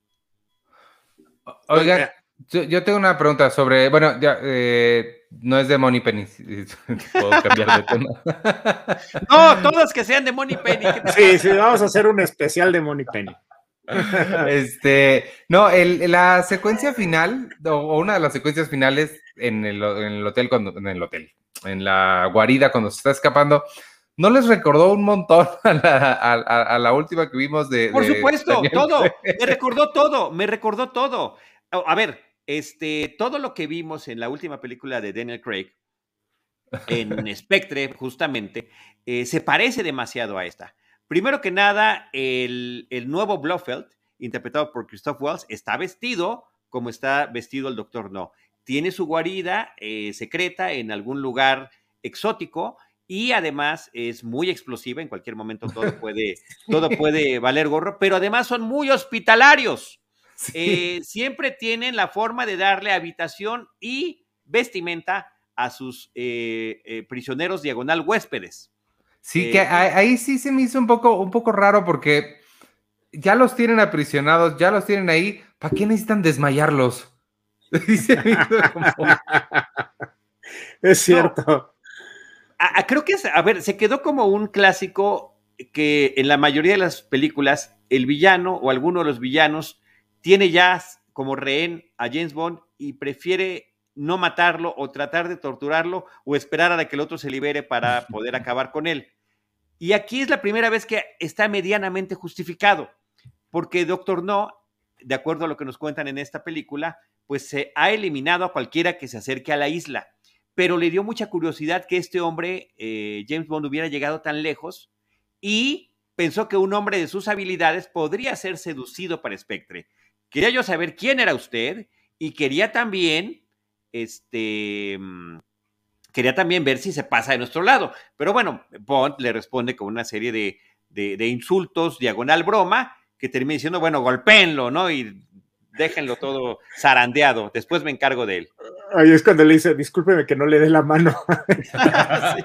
Oigan, yo, yo tengo una pregunta sobre, bueno, ya, eh, no es de Moneypenny, puedo cambiar de tema. No, todos que sean de Moneypenny. Sí, sí, vamos a hacer un especial de Moneypenny. Este, no, el, la secuencia final, o, o una de las secuencias finales en el, en el hotel, cuando, en el hotel, en la guarida cuando se está escapando, ¿no les recordó un montón a la, a, a la última que vimos de... Por de supuesto, Daniel todo, Craig? me recordó todo, me recordó todo. A ver, este, todo lo que vimos en la última película de Daniel Craig, en Spectre, justamente, eh, se parece demasiado a esta. Primero que nada, el, el nuevo Blofeld, interpretado por Christoph Waltz, está vestido como está vestido el Doctor No. Tiene su guarida eh, secreta en algún lugar exótico y además es muy explosiva. En cualquier momento todo puede, todo puede valer gorro, pero además son muy hospitalarios. Sí. Eh, siempre tienen la forma de darle habitación y vestimenta a sus eh, eh, prisioneros diagonal huéspedes. Sí, eh, que ahí, ahí sí se me hizo un poco, un poco raro porque ya los tienen aprisionados, ya los tienen ahí, ¿para qué necesitan desmayarlos? como... Es cierto. No, a, a, creo que, es, a ver, se quedó como un clásico que en la mayoría de las películas el villano o alguno de los villanos tiene ya como rehén a James Bond y prefiere no matarlo o tratar de torturarlo o esperar a que el otro se libere para poder acabar con él. Y aquí es la primera vez que está medianamente justificado, porque Doctor No, de acuerdo a lo que nos cuentan en esta película, pues se ha eliminado a cualquiera que se acerque a la isla, pero le dio mucha curiosidad que este hombre, eh, James Bond, hubiera llegado tan lejos y pensó que un hombre de sus habilidades podría ser seducido para Spectre. Quería yo saber quién era usted y quería también este, quería también ver si se pasa de nuestro lado. Pero bueno, Bond le responde con una serie de, de, de insultos, diagonal broma, que termina diciendo, bueno, golpéenlo, ¿no? Y déjenlo todo zarandeado. Después me encargo de él. Ahí es cuando le dice, discúlpeme que no le dé la mano. Sí.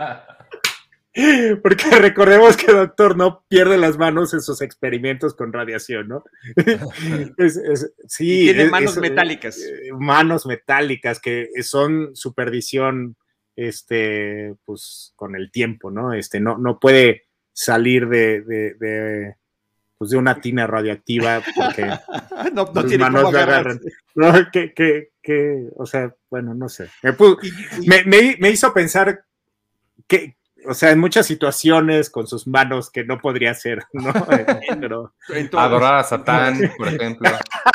Porque recordemos que Doctor No pierde las manos en sus experimentos con radiación, ¿no? es, es, sí, y tiene es, manos es, metálicas. Eh, manos metálicas que son su perdición, este, pues, con el tiempo, ¿no? Este, no, no puede salir de, de, de, pues, de una tina radioactiva porque no, no sus tiene manos cómo le agarran. No, que, que, que, o sea, bueno, no sé. Me, puso, me, me, me hizo pensar que o sea, en muchas situaciones con sus manos que no podría hacer, ¿no? Pero... Adorar a Satán, por ejemplo.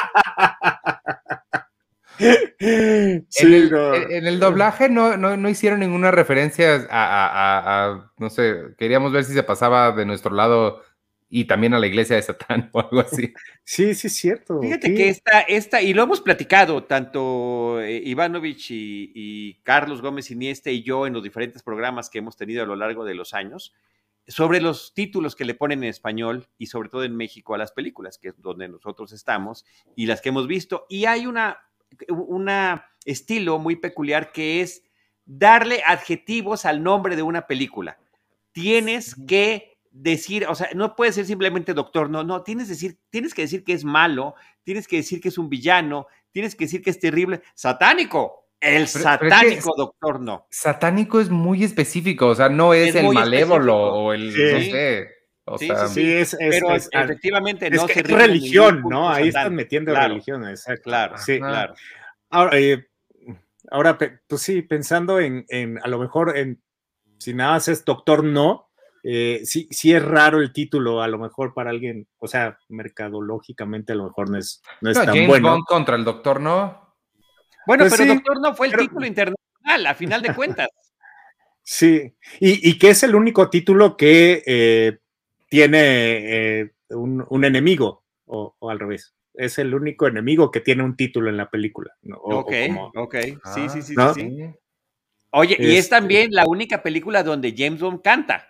Sí, en, el, no. en el doblaje no, no, no hicieron ninguna referencia a, a, a, a, no sé, queríamos ver si se pasaba de nuestro lado y también a la iglesia de Satán o algo así. Sí, sí, es cierto. Fíjate sí. que esta, esta, y lo hemos platicado, tanto eh, Ivanovich y, y Carlos Gómez Iniesta y yo en los diferentes programas que hemos tenido a lo largo de los años, sobre los títulos que le ponen en español y sobre todo en México a las películas, que es donde nosotros estamos, y las que hemos visto. Y hay una, una estilo muy peculiar que es darle adjetivos al nombre de una película. Tienes que decir, o sea, no puede ser simplemente doctor, no, no, tienes, decir, tienes que decir que es malo, tienes que decir que es un villano, tienes que decir que es terrible. ¡Satánico! El pero, satánico pero es que doctor no. Satánico es muy específico, o sea, no es, es el malévolo específico. O el, sí. no sé. O sí, sea, sí, sí, es, es, pero es, efectivamente es no que se es religión, ¿no? Ahí están metiendo claro, religión, exacto. Claro, sí, Ajá. claro. Ahora, eh, ahora, pues sí, pensando en, en, a lo mejor, en, si nada más es doctor no, eh, sí, sí es raro el título, a lo mejor para alguien, o sea, mercadológicamente a lo mejor no es, no es no, tan James bueno. Bond contra el doctor no. Bueno, pues pero sí, doctor no fue el pero, título internacional, a final de cuentas. Sí, y, y que es el único título que eh, tiene eh, un, un enemigo, o, o al revés. Es el único enemigo que tiene un título en la película. ¿no? O, ok, o como, ok, sí, sí, sí, ¿no? sí, sí. Oye, este... y es también la única película donde James Bond canta.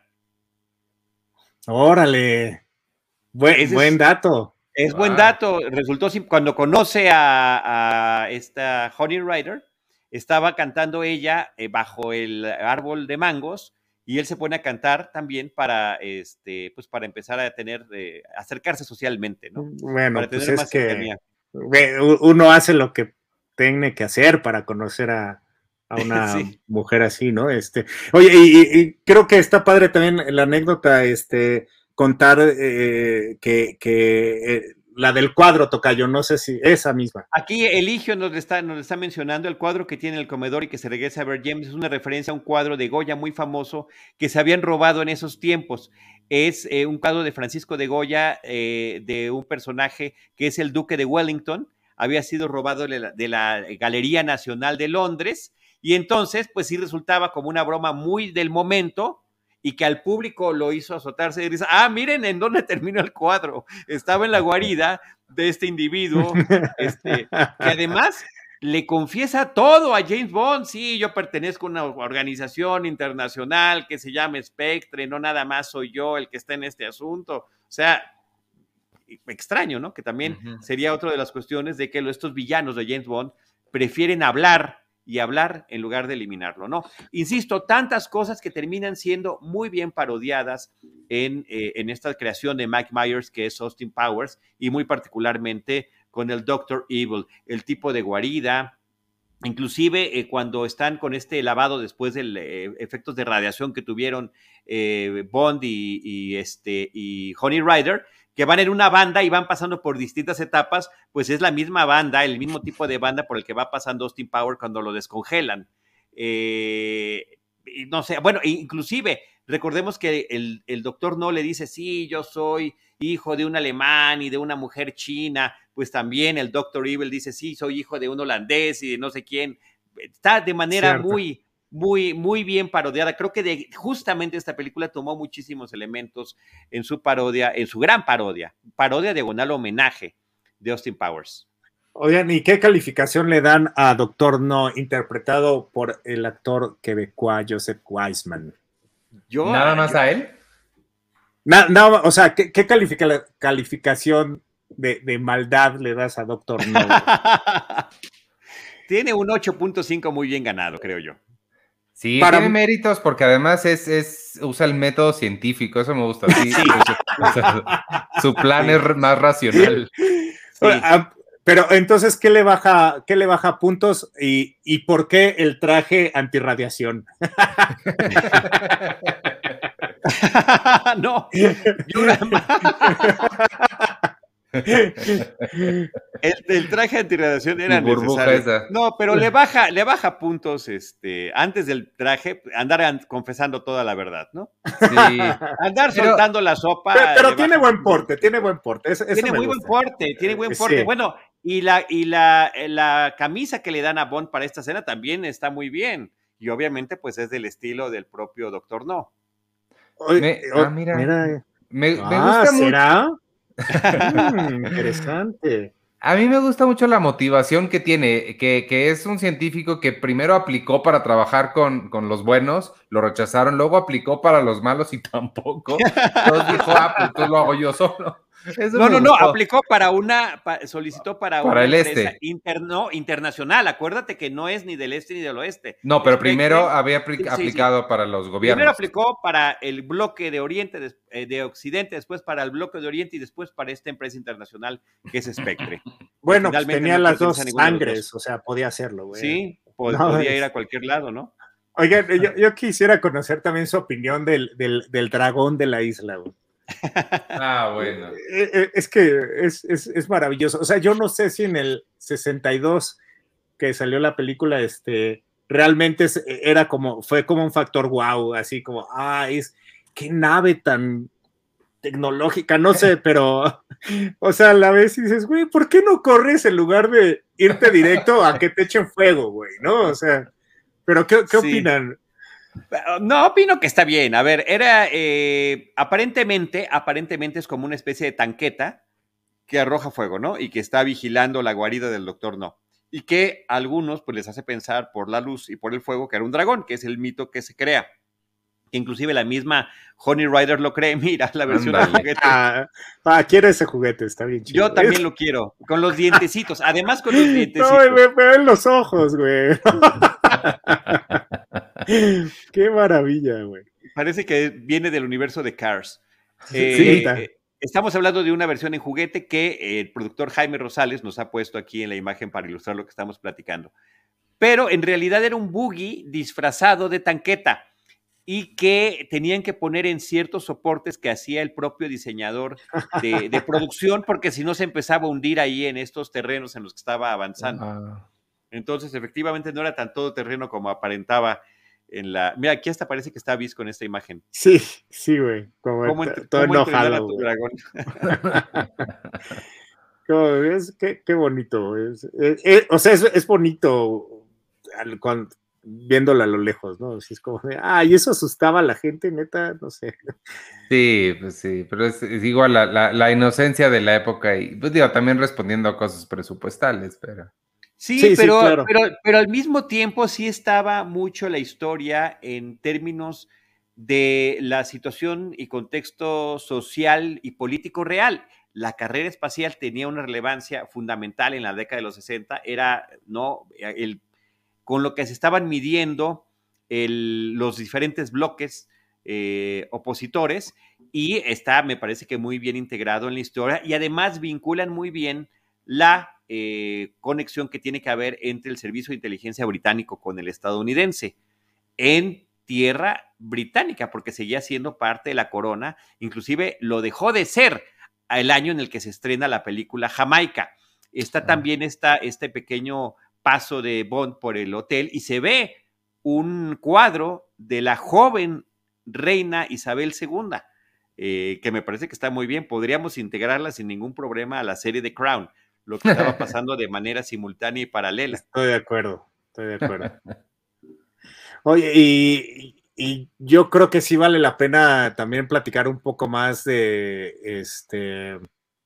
Órale, buen, es, buen dato. Es wow. buen dato. Resultó cuando conoce a, a esta Honey Rider, estaba cantando ella eh, bajo el árbol de mangos y él se pone a cantar también para, este, pues para empezar a tener, eh, acercarse socialmente, ¿no? Bueno, para pues tener es más que cercanía. Uno hace lo que tiene que hacer para conocer a, a una sí. mujer así, ¿no? Este, oye, y, y creo que está padre también la anécdota, este, contar eh, que, que eh, la del cuadro, tocayo, no sé si esa misma. Aquí Eligio nos está, nos está mencionando el cuadro que tiene el comedor y que se regresa a ver James, es una referencia a un cuadro de Goya muy famoso que se habían robado en esos tiempos. Es eh, un cuadro de Francisco de Goya eh, de un personaje que es el Duque de Wellington, había sido robado de la, de la Galería Nacional de Londres y entonces pues sí resultaba como una broma muy del momento y que al público lo hizo azotarse y dice, ah, miren en dónde terminó el cuadro, estaba en la guarida de este individuo, este, que además le confiesa todo a James Bond, sí, yo pertenezco a una organización internacional que se llama Spectre, no nada más soy yo el que está en este asunto, o sea, extraño, ¿no? Que también uh-huh. sería otra de las cuestiones de que estos villanos de James Bond prefieren hablar y hablar en lugar de eliminarlo, ¿no? Insisto, tantas cosas que terminan siendo muy bien parodiadas en, eh, en esta creación de Mike Myers, que es Austin Powers, y muy particularmente con el doctor Evil, el tipo de guarida, inclusive eh, cuando están con este lavado después de eh, efectos de radiación que tuvieron eh, Bond y, y, este, y Honey Rider, que van en una banda y van pasando por distintas etapas, pues es la misma banda, el mismo tipo de banda por el que va pasando Austin Powers cuando lo descongelan. Eh, no sé, bueno, inclusive, recordemos que el, el doctor No le dice, sí, yo soy hijo de un alemán y de una mujer china, pues también el doctor Evil dice, sí, soy hijo de un holandés y de no sé quién. Está de manera Cierto. muy... Muy, muy bien parodiada. Creo que de, justamente esta película tomó muchísimos elementos en su parodia, en su gran parodia, parodia diagonal homenaje de Austin Powers. Oigan, ¿y qué calificación le dan a Doctor No, interpretado por el actor quebecois Joseph Wiseman? Yo, ¿Nada más yo, a él? No, no, o sea, ¿qué, qué califica, calificación de, de maldad le das a Doctor No? Tiene un ocho punto cinco muy bien ganado, creo yo. Sí, Para... tiene méritos porque además es, es usa el método científico, eso me gusta. Sí, sí. O sea, su plan sí. es más racional. Sí. Pero entonces, ¿qué le baja, qué le baja puntos y, y por qué el traje antirradiación? No, yo nada más. El, el traje antirradiación era necesario. Esa. No, pero le baja, le baja puntos este, antes del traje, andar confesando toda la verdad, ¿no? Sí. Andar pero, soltando la sopa. Pero, pero tiene buen porte, tiene buen porte. Eso, tiene eso muy gusta. buen porte, tiene buen porte. Sí. Bueno, y, la, y la, la camisa que le dan a Bond para esta escena también está muy bien. Y obviamente, pues es del estilo del propio Doctor No. Oye, me, ah, mira. mira. Me, ah, me gusta ¿será? mucho. mm, interesante. A mí me gusta mucho la motivación que tiene, que, que es un científico que primero aplicó para trabajar con, con los buenos, lo rechazaron, luego aplicó para los malos y tampoco. Entonces dijo, ah, pues entonces lo hago yo solo. Eso No, me no, no, gustó. aplicó para una, pa- solicitó para, Para una el empresa este. interno, internacional. Acuérdate que no es ni del este ni del oeste. No, pero Spectre, primero había sí, apli- sí, sí. aplicado para los Primero gobiernos. aplicó para el bloque de Oriente, des- eh, de Occidente, después para el bloque de Oriente y después para esta empresa internacional que es Spectre. Bueno, pues Finalmente tenía no las pertenece dos a ninguno de los dos. sangres, o sea, podía hacerlo, güey. Sí, po- No, podía ir es- a cualquier lado, ¿no? Oigan, yo, yo quisiera conocer también su opinión del, del, del dragón de la isla, güey. Ah, bueno. Eh, eh, Es que es, es, es maravilloso. O sea, yo no sé si en el sesenta y dos que salió la película, este, realmente es- era como, fue como un factor wow, así como, ah, es, qué nave tan tecnológica, no sé, pero, o sea, a la vez dices, güey, ¿por qué no corres en lugar de irte directo a que te echen fuego, güey? ¿No? O sea, pero ¿qué, qué Sí. opinan? No, opino que está bien. A ver, era eh, aparentemente, aparentemente es como una especie de tanqueta que arroja fuego, ¿no? Y que está vigilando la guarida del doctor No. Y que a algunos pues les hace pensar por la luz y por el fuego que era un dragón, que es el mito que se crea. Inclusive la misma Honey Rider lo cree. Mira, la versión Ándale. de juguete. Ah, ah, quiero ese juguete, está bien chido. Yo también lo quiero, con los dientecitos. Además, con los dientecitos. No, me ven los ojos, güey. Qué maravilla, güey. Parece que viene del universo de Cars. Sí, Eh, está. eh, estamos hablando de una versión en juguete que eh, el productor Jaime Rosales nos ha puesto aquí en la imagen para ilustrar lo que estamos platicando. Pero en realidad era un buggy disfrazado de tanqueta y que tenían que poner en ciertos soportes que hacía el propio diseñador de, de producción, porque si no se empezaba a hundir ahí en estos terrenos en los que estaba avanzando. Ah. Entonces, efectivamente, no era tan todoterreno como aparentaba en la... Mira, aquí hasta parece que está Viz con esta imagen. Sí, sí, güey. Como ¿Cómo, t- ent- todo cómo entrenar a enojado, tu güey. dragón? Como ves, qué, qué bonito. Es, es- es- o sea, es, es bonito al- cuando, viéndolo a lo lejos, ¿no? Así es como de, ah, y eso asustaba a la gente, neta, no sé. Sí, pues sí, pero es, es igual la, la, la inocencia de la época y, pues digo, también respondiendo a cosas presupuestales, pero... Sí, Sí, sí, pero, claro. pero, pero al mismo tiempo sí estaba mucho la historia en términos de la situación y contexto social y político real. La carrera espacial tenía una relevancia fundamental en la década de los sesenta, era, ¿no? El, con lo que se estaban midiendo el, los diferentes bloques eh, opositores, y está, me parece que muy bien integrado en la historia, y además vinculan muy bien la eh, conexión que tiene que haber entre el servicio de inteligencia británico con el estadounidense en tierra británica, porque seguía siendo parte de la corona, inclusive lo dejó de ser el año en el que se estrena la película Jamaica. Está Ah. también esta, este pequeño paso de Bond por el hotel y se ve un cuadro de la joven reina Isabel segunda, eh, que me parece que está muy bien. Podríamos integrarla sin ningún problema a la serie de Crown, lo que estaba pasando de manera simultánea y paralela. Estoy de acuerdo, estoy de acuerdo. Oye, y, y yo creo que sí vale la pena también platicar un poco más de este.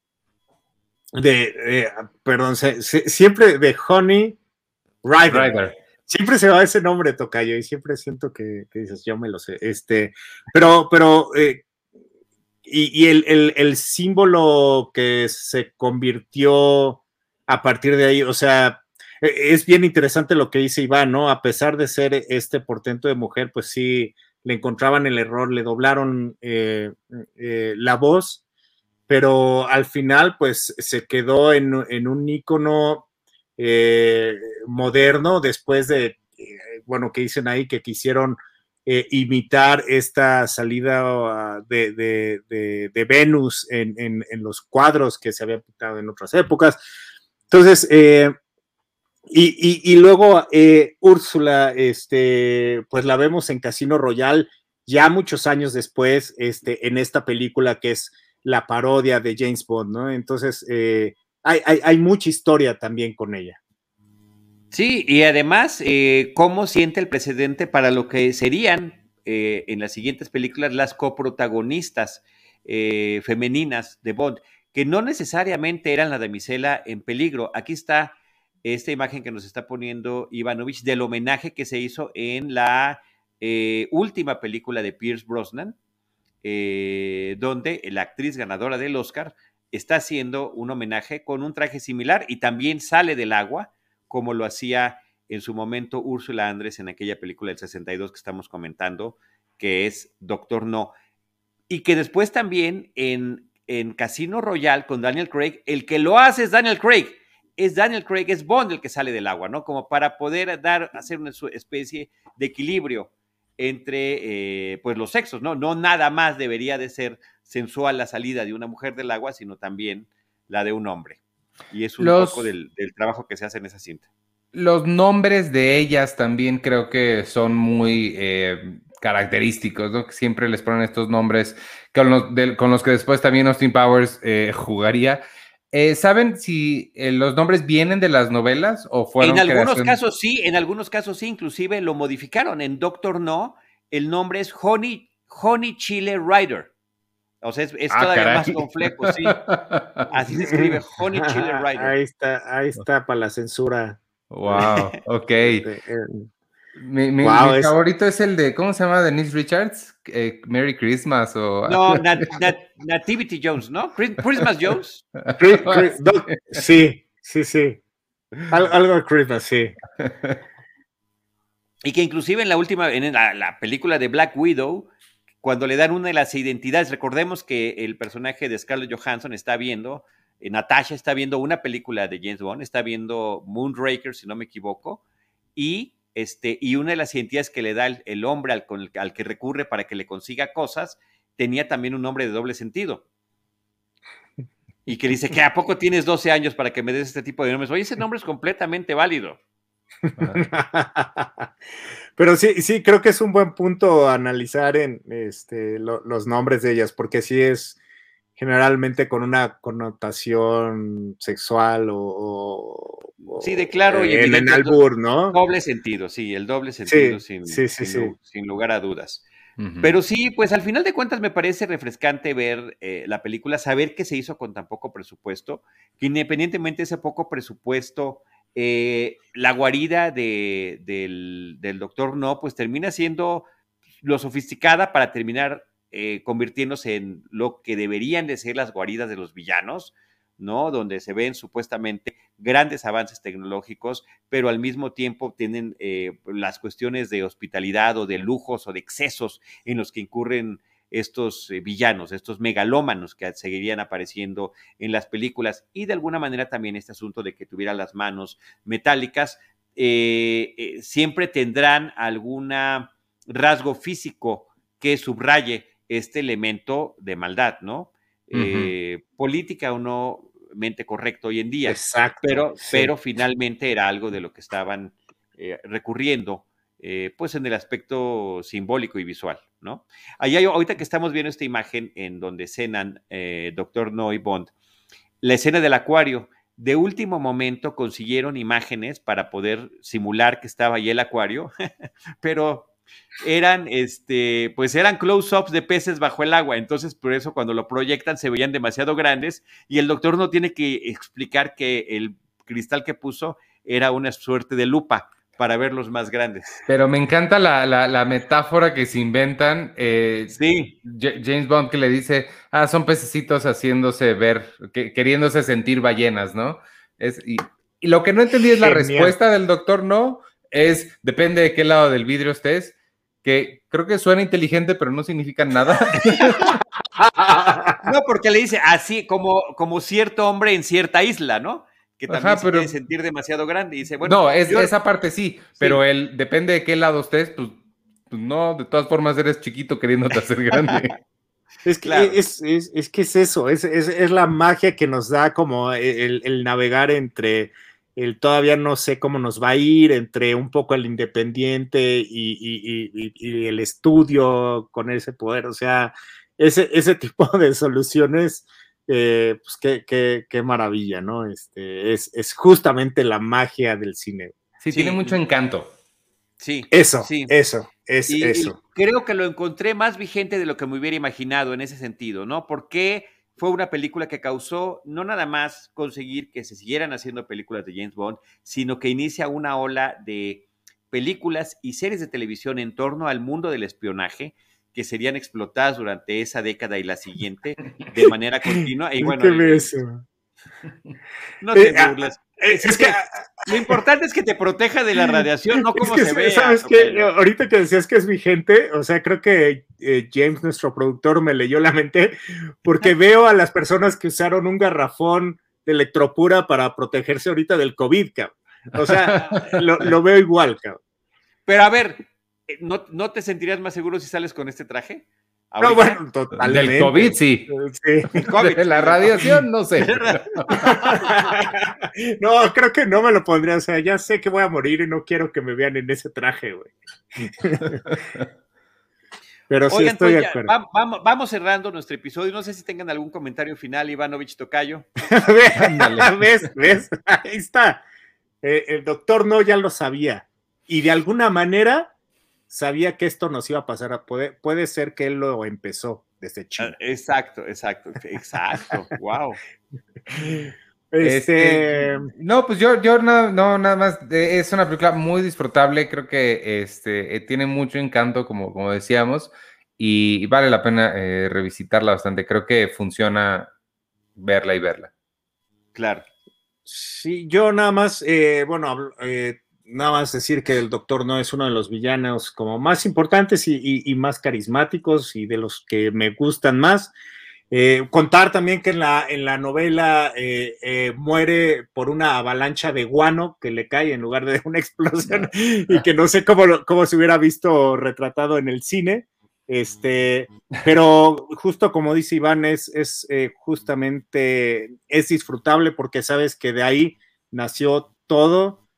De, de perdón, se, se, siempre de Honey Rider. Rider. Siempre se va ese nombre, tocayo, y siempre siento que, que dices, yo me lo sé. Este, pero, pero, eh, y, y el, el, el símbolo que se convirtió a partir de ahí, o sea, es bien interesante lo que dice Iván, ¿no? A pesar de ser este portento de mujer, pues sí, le encontraban el error, le doblaron eh, eh, la voz, pero al final, pues se quedó en, en un ícono eh, moderno después de, eh, bueno, que dicen ahí que quisieron eh, imitar esta salida uh, de, de, de, de Venus en, en, en los cuadros que se habían pintado en otras épocas. Entonces, eh, y, y, y, luego eh, Úrsula, este, pues la vemos en Casino Royale ya muchos años después, este, en esta película que es la parodia de James Bond, ¿no? Entonces, eh, hay, hay, hay mucha historia también con ella. Sí, y además, eh, cómo siente el precedente para lo que serían eh, en las siguientes películas las coprotagonistas eh, femeninas de Bond, que no necesariamente eran la damisela en peligro. Aquí está esta imagen que nos está poniendo Ivanovich del homenaje que se hizo en la eh, última película de Pierce Brosnan, eh, donde la actriz ganadora del Oscar está haciendo un homenaje con un traje similar y también sale del agua, como lo hacía en su momento Úrsula Andrés en aquella película del sesenta y dos que estamos comentando, que es Doctor No. Y que después también en, en Casino Royale con Daniel Craig, el que lo hace es Daniel Craig. Es Daniel Craig, es Bond el que sale del agua, ¿no? Como para poder dar, hacer una especie de equilibrio entre eh, pues los sexos, ¿no? No nada más debería de ser sensual la salida de una mujer del agua, sino también la de un hombre. Y es un Los... poco del, del trabajo que se hace en esa cinta. Los nombres de ellas también creo que son muy eh, característicos, ¿no? Que siempre les ponen estos nombres con los, de, con los que después también Austin Powers eh, jugaría. Eh, ¿Saben si eh, los nombres vienen de las novelas o fueron En algunos creación? casos sí, en algunos casos sí, inclusive lo modificaron. En Doctor No, el nombre es Honey, Honey Chile Rider. O sea, es, es Ah, todavía caray. más complejo, sí. Así se escribe, Honey Chile Rider. Ahí está, ahí está para la censura. Wow, ok. Este, eh, Mi, mi, Wow, mi es- favorito es el de, ¿cómo se llama? Denise Richards, eh, Merry Christmas o... No, Nat, Nat, Nativity Jones, ¿no? Chris- Christmas Jones. Cri- cri- Doc- sí, sí, sí. Al- algo de Christmas, sí. Y que inclusive en la última, en la, la película de Black Widow, cuando le dan una de las identidades, recordemos que el personaje de Scarlett Johansson está viendo, eh, Natasha está viendo una película de James Bond, está viendo Moonraker, si no me equivoco, y, este, y una de las identidades que le da el, el hombre al, con el, al que recurre para que le consiga cosas, tenía también un nombre de doble sentido. Y que dice que ¿a poco tienes doce años para que me des este tipo de nombres? Oye, ese nombre es completamente válido. Pero sí, sí, creo que es un buen punto analizar en este, lo- los nombres de ellas, porque sí es generalmente con una connotación sexual o, o- o, Sí, de claro y eh, en, en evidente albur, ¿no? doble sentido, sí, el doble sentido, Sí, sin, sí, sí, sin, sí. lu- sin lugar a dudas. Ujú. Pero sí, pues al final de cuentas me parece refrescante ver eh, la película, saber que se hizo con tan poco presupuesto, que independientemente de ese poco presupuesto, eh, la guarida de, del, del Doctor No, pues termina siendo lo sofisticada para terminar eh, convirtiéndose en lo que deberían de ser las guaridas de los villanos, ¿no? Donde se ven supuestamente grandes avances tecnológicos, pero al mismo tiempo tienen eh, las cuestiones de hospitalidad o de lujos o de excesos en los que incurren estos eh, villanos, estos megalómanos que seguirían apareciendo en las películas y de alguna manera también este asunto de que tuviera las manos metálicas, eh, eh, siempre tendrán algún rasgo físico que subraye este elemento de maldad, ¿no? Ujú. Eh, política o no mente correcto hoy en día, Exacto. pero, sí. pero finalmente era algo de lo que estaban eh, recurriendo, eh, pues en el aspecto simbólico y visual, ¿no? Allá, ahorita que estamos viendo esta imagen en donde cenan eh, Doctor No y Bond, la escena del acuario, de último momento consiguieron imágenes para poder simular que estaba ahí el acuario, pero eran, este, pues eran close-ups de peces bajo el agua, entonces por eso cuando lo proyectan se veían demasiado grandes y el doctor no tiene que explicar que el cristal que puso era una suerte de lupa para verlos más grandes. Pero me encanta la, la, la metáfora que se inventan. eh, Sí, J- James Bond que le dice, ah, son pececitos haciéndose ver, que- queriéndose sentir ballenas, ¿no? Es, y, y lo que no entendí es la Genial. respuesta del doctor No, es, depende de qué lado del vidrio estés, que creo que suena inteligente, pero no significa nada. no, porque le dice así como, como cierto hombre en cierta isla, ¿no? Que también Ajá, se pero- quiere sentir demasiado grande y dice, bueno, no, es, yo- esa parte sí, pero el depende de qué lado estés, pues, pues no, de todas formas eres chiquito queriéndote hacer grande. Es que, Claro. es, es, es que es eso, es, es, es la magia que nos da como el, el navegar entre el todavía no sé cómo nos va a ir, entre un poco el independiente y, y, y, y el estudio con ese poder, o sea, ese, ese tipo de soluciones, eh, pues qué, qué, qué maravilla, ¿no? Este, es, es justamente la magia del cine. Sí, Sí. tiene mucho encanto. sí, Eso, sí. eso, es Y, eso. y creo que lo encontré más vigente de lo que me hubiera imaginado en ese sentido, ¿no? Porque fue una película que causó no nada más conseguir que se siguieran haciendo películas de James Bond, sino que inicia una ola de películas y series de televisión en torno al mundo del espionaje que serían explotadas durante esa década y la siguiente de manera continua. Y bueno, ¿Qué ves eso? no te Eh, burles. Eh, Es, es que, que lo importante es que te proteja de la radiación, no como es que, se vea. ¿sabes qué? Ahorita que decías que es vigente, o sea, creo que eh, James, nuestro productor, me leyó la mente, porque veo a las personas que usaron un garrafón de electropura para protegerse ahorita del COVID, cabrón. O sea, lo, lo veo igual, cabrón. Pero a ver, ¿no, ¿no te sentirías más seguro si sales con este traje? No, bueno, totalmente. Del COVID, sí. sí. COVID, de la radiación, no sé. No, creo que no me lo pondría. O sea, ya sé que voy a morir y no quiero que me vean en ese traje, güey. Pero sí, Oigan, estoy pues de ya, acuerdo. va, vamos, vamos cerrando nuestro episodio. No sé si tengan algún comentario final, Ivanovich Tocayo. ¿Ves? ¿Ves? Ahí está. Eh, el doctor no ya lo sabía. Y de alguna manera sabía que esto nos iba a pasar. Puede, puede ser que él lo empezó desde China. Exacto, exacto, exacto. Wow. Este... este, no, pues yo, yo no, no, nada más, eh, es una película muy disfrutable, creo que este, eh, tiene mucho encanto, como, como decíamos, y, y vale la pena eh, revisitarla bastante, creo que funciona verla y verla. Claro. Sí, yo nada más, eh, bueno, eh, nada más decir que el Doctor No es uno de los villanos como más importantes y, y, y más carismáticos y de los que me gustan más. Eh, contar también que en la, en la novela eh, eh, muere por una avalancha de guano que le cae en lugar de una explosión y que no sé cómo, lo, cómo se hubiera visto retratado en el cine. Este, pero justo como dice Iván, es, es eh, justamente, es disfrutable porque sabes que de ahí nació todo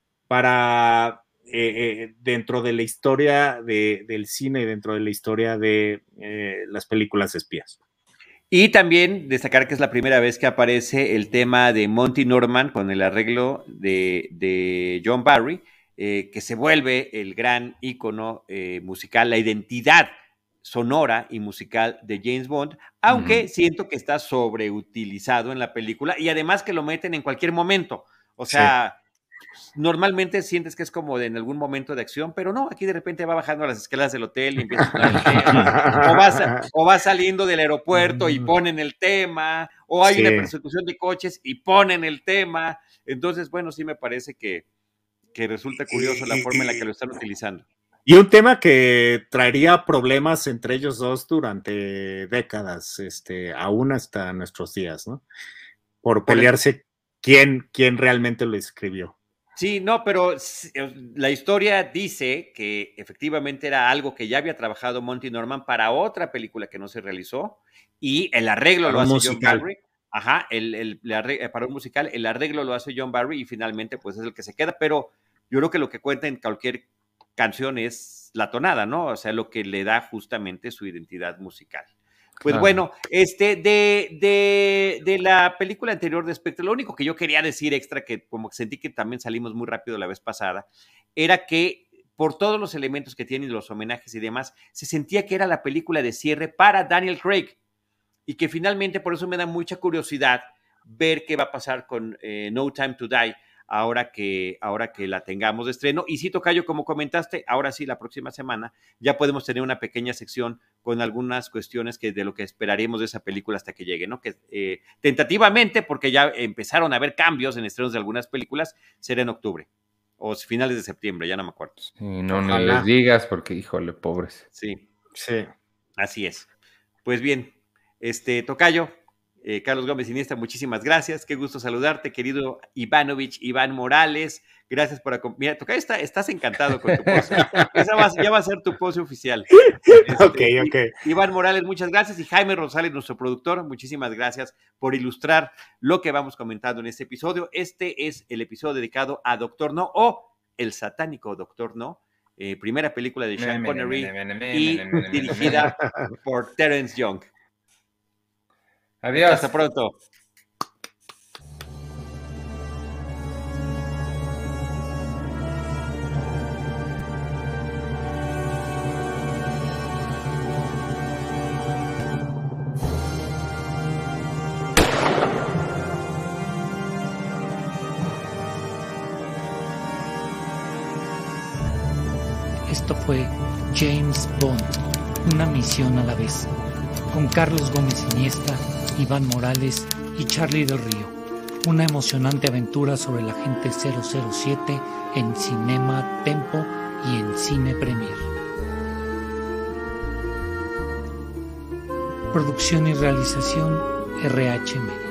para eh, eh, dentro de la historia de, del cine y dentro de la historia de eh, las películas de espías. Y también destacar que es la primera vez que aparece el tema de Monty Norman con el arreglo de, de John Barry, eh, que se vuelve el gran ícono eh, musical, la identidad sonora y musical de James Bond, aunque uh-huh. siento que está sobreutilizado en la película y además que lo meten en cualquier momento. O sea, sí. normalmente sientes que es como de, en algún momento de acción, pero no, aquí de repente va bajando las escaleras del hotel y empieza a poner el tema, o, va, o va saliendo del aeropuerto y ponen el tema, o hay sí. una persecución de coches y ponen el tema. Entonces, bueno, sí me parece que, que resulta curioso la forma en la que lo están utilizando. Y un tema que traería problemas entre ellos dos durante décadas, este, aún hasta nuestros días, ¿no? Por pelearse quién, quién realmente lo escribió. Sí, no, pero la historia dice que efectivamente era algo que ya había trabajado Monty Norman para otra película que no se realizó y el arreglo para lo hace musical. John Barry. Ajá, el, el, el arreglo, para un musical, el arreglo lo hace John Barry y finalmente pues es el que se queda, pero yo creo que lo que cuenta en cualquier canción es la tonada, ¿no? O sea, lo que le da justamente su identidad musical. Pues claro. bueno, este, de, de, de la película anterior de Spectre, lo único que yo quería decir extra, que como que sentí que también salimos muy rápido la vez pasada, era que por todos los elementos que tienen los homenajes y demás, se sentía que era la película de cierre para Daniel Craig y que finalmente, por eso me da mucha curiosidad ver qué va a pasar con eh, No Time to Die, ahora que, ahora que la tengamos de estreno. Y sí, Tocayo, como comentaste, ahora sí, la próxima semana ya podemos tener una pequeña sección con algunas cuestiones que de lo que esperaremos de esa película hasta que llegue, ¿no? Que eh, tentativamente, porque ya empezaron a haber cambios en estrenos de algunas películas, será en octubre o finales de septiembre, ya no me acuerdo. Sí, no, no les digas porque, híjole, pobres. Sí, sí, así es. Pues bien, este, Tocayo, Eh, Carlos Gómez Iniesta, muchísimas gracias, qué gusto saludarte, querido Ivanovich, Iván Morales, gracias por acompañarme. Mira, Tocayo, está, estás encantado con tu pose, esa va, ya va a ser tu pose oficial. Este, ok, ok. Iván Morales, muchas gracias, y Jaime Rosales, nuestro productor, muchísimas gracias por ilustrar lo que vamos comentando en este episodio. Este es el episodio dedicado a Doctor No, o El satánico Doctor No, eh, primera película de Sean Connery y dirigida por Terence Young. Adiós. Hasta pronto. Esto fue James Bond, una misión a la vez, con Carlos Gómez Iniesta, Iván Morales y Charlie del Río. Una emocionante aventura sobre el agente cero cero siete en Cinema Tempo y en Cine Premier. Producción y realización R H Media.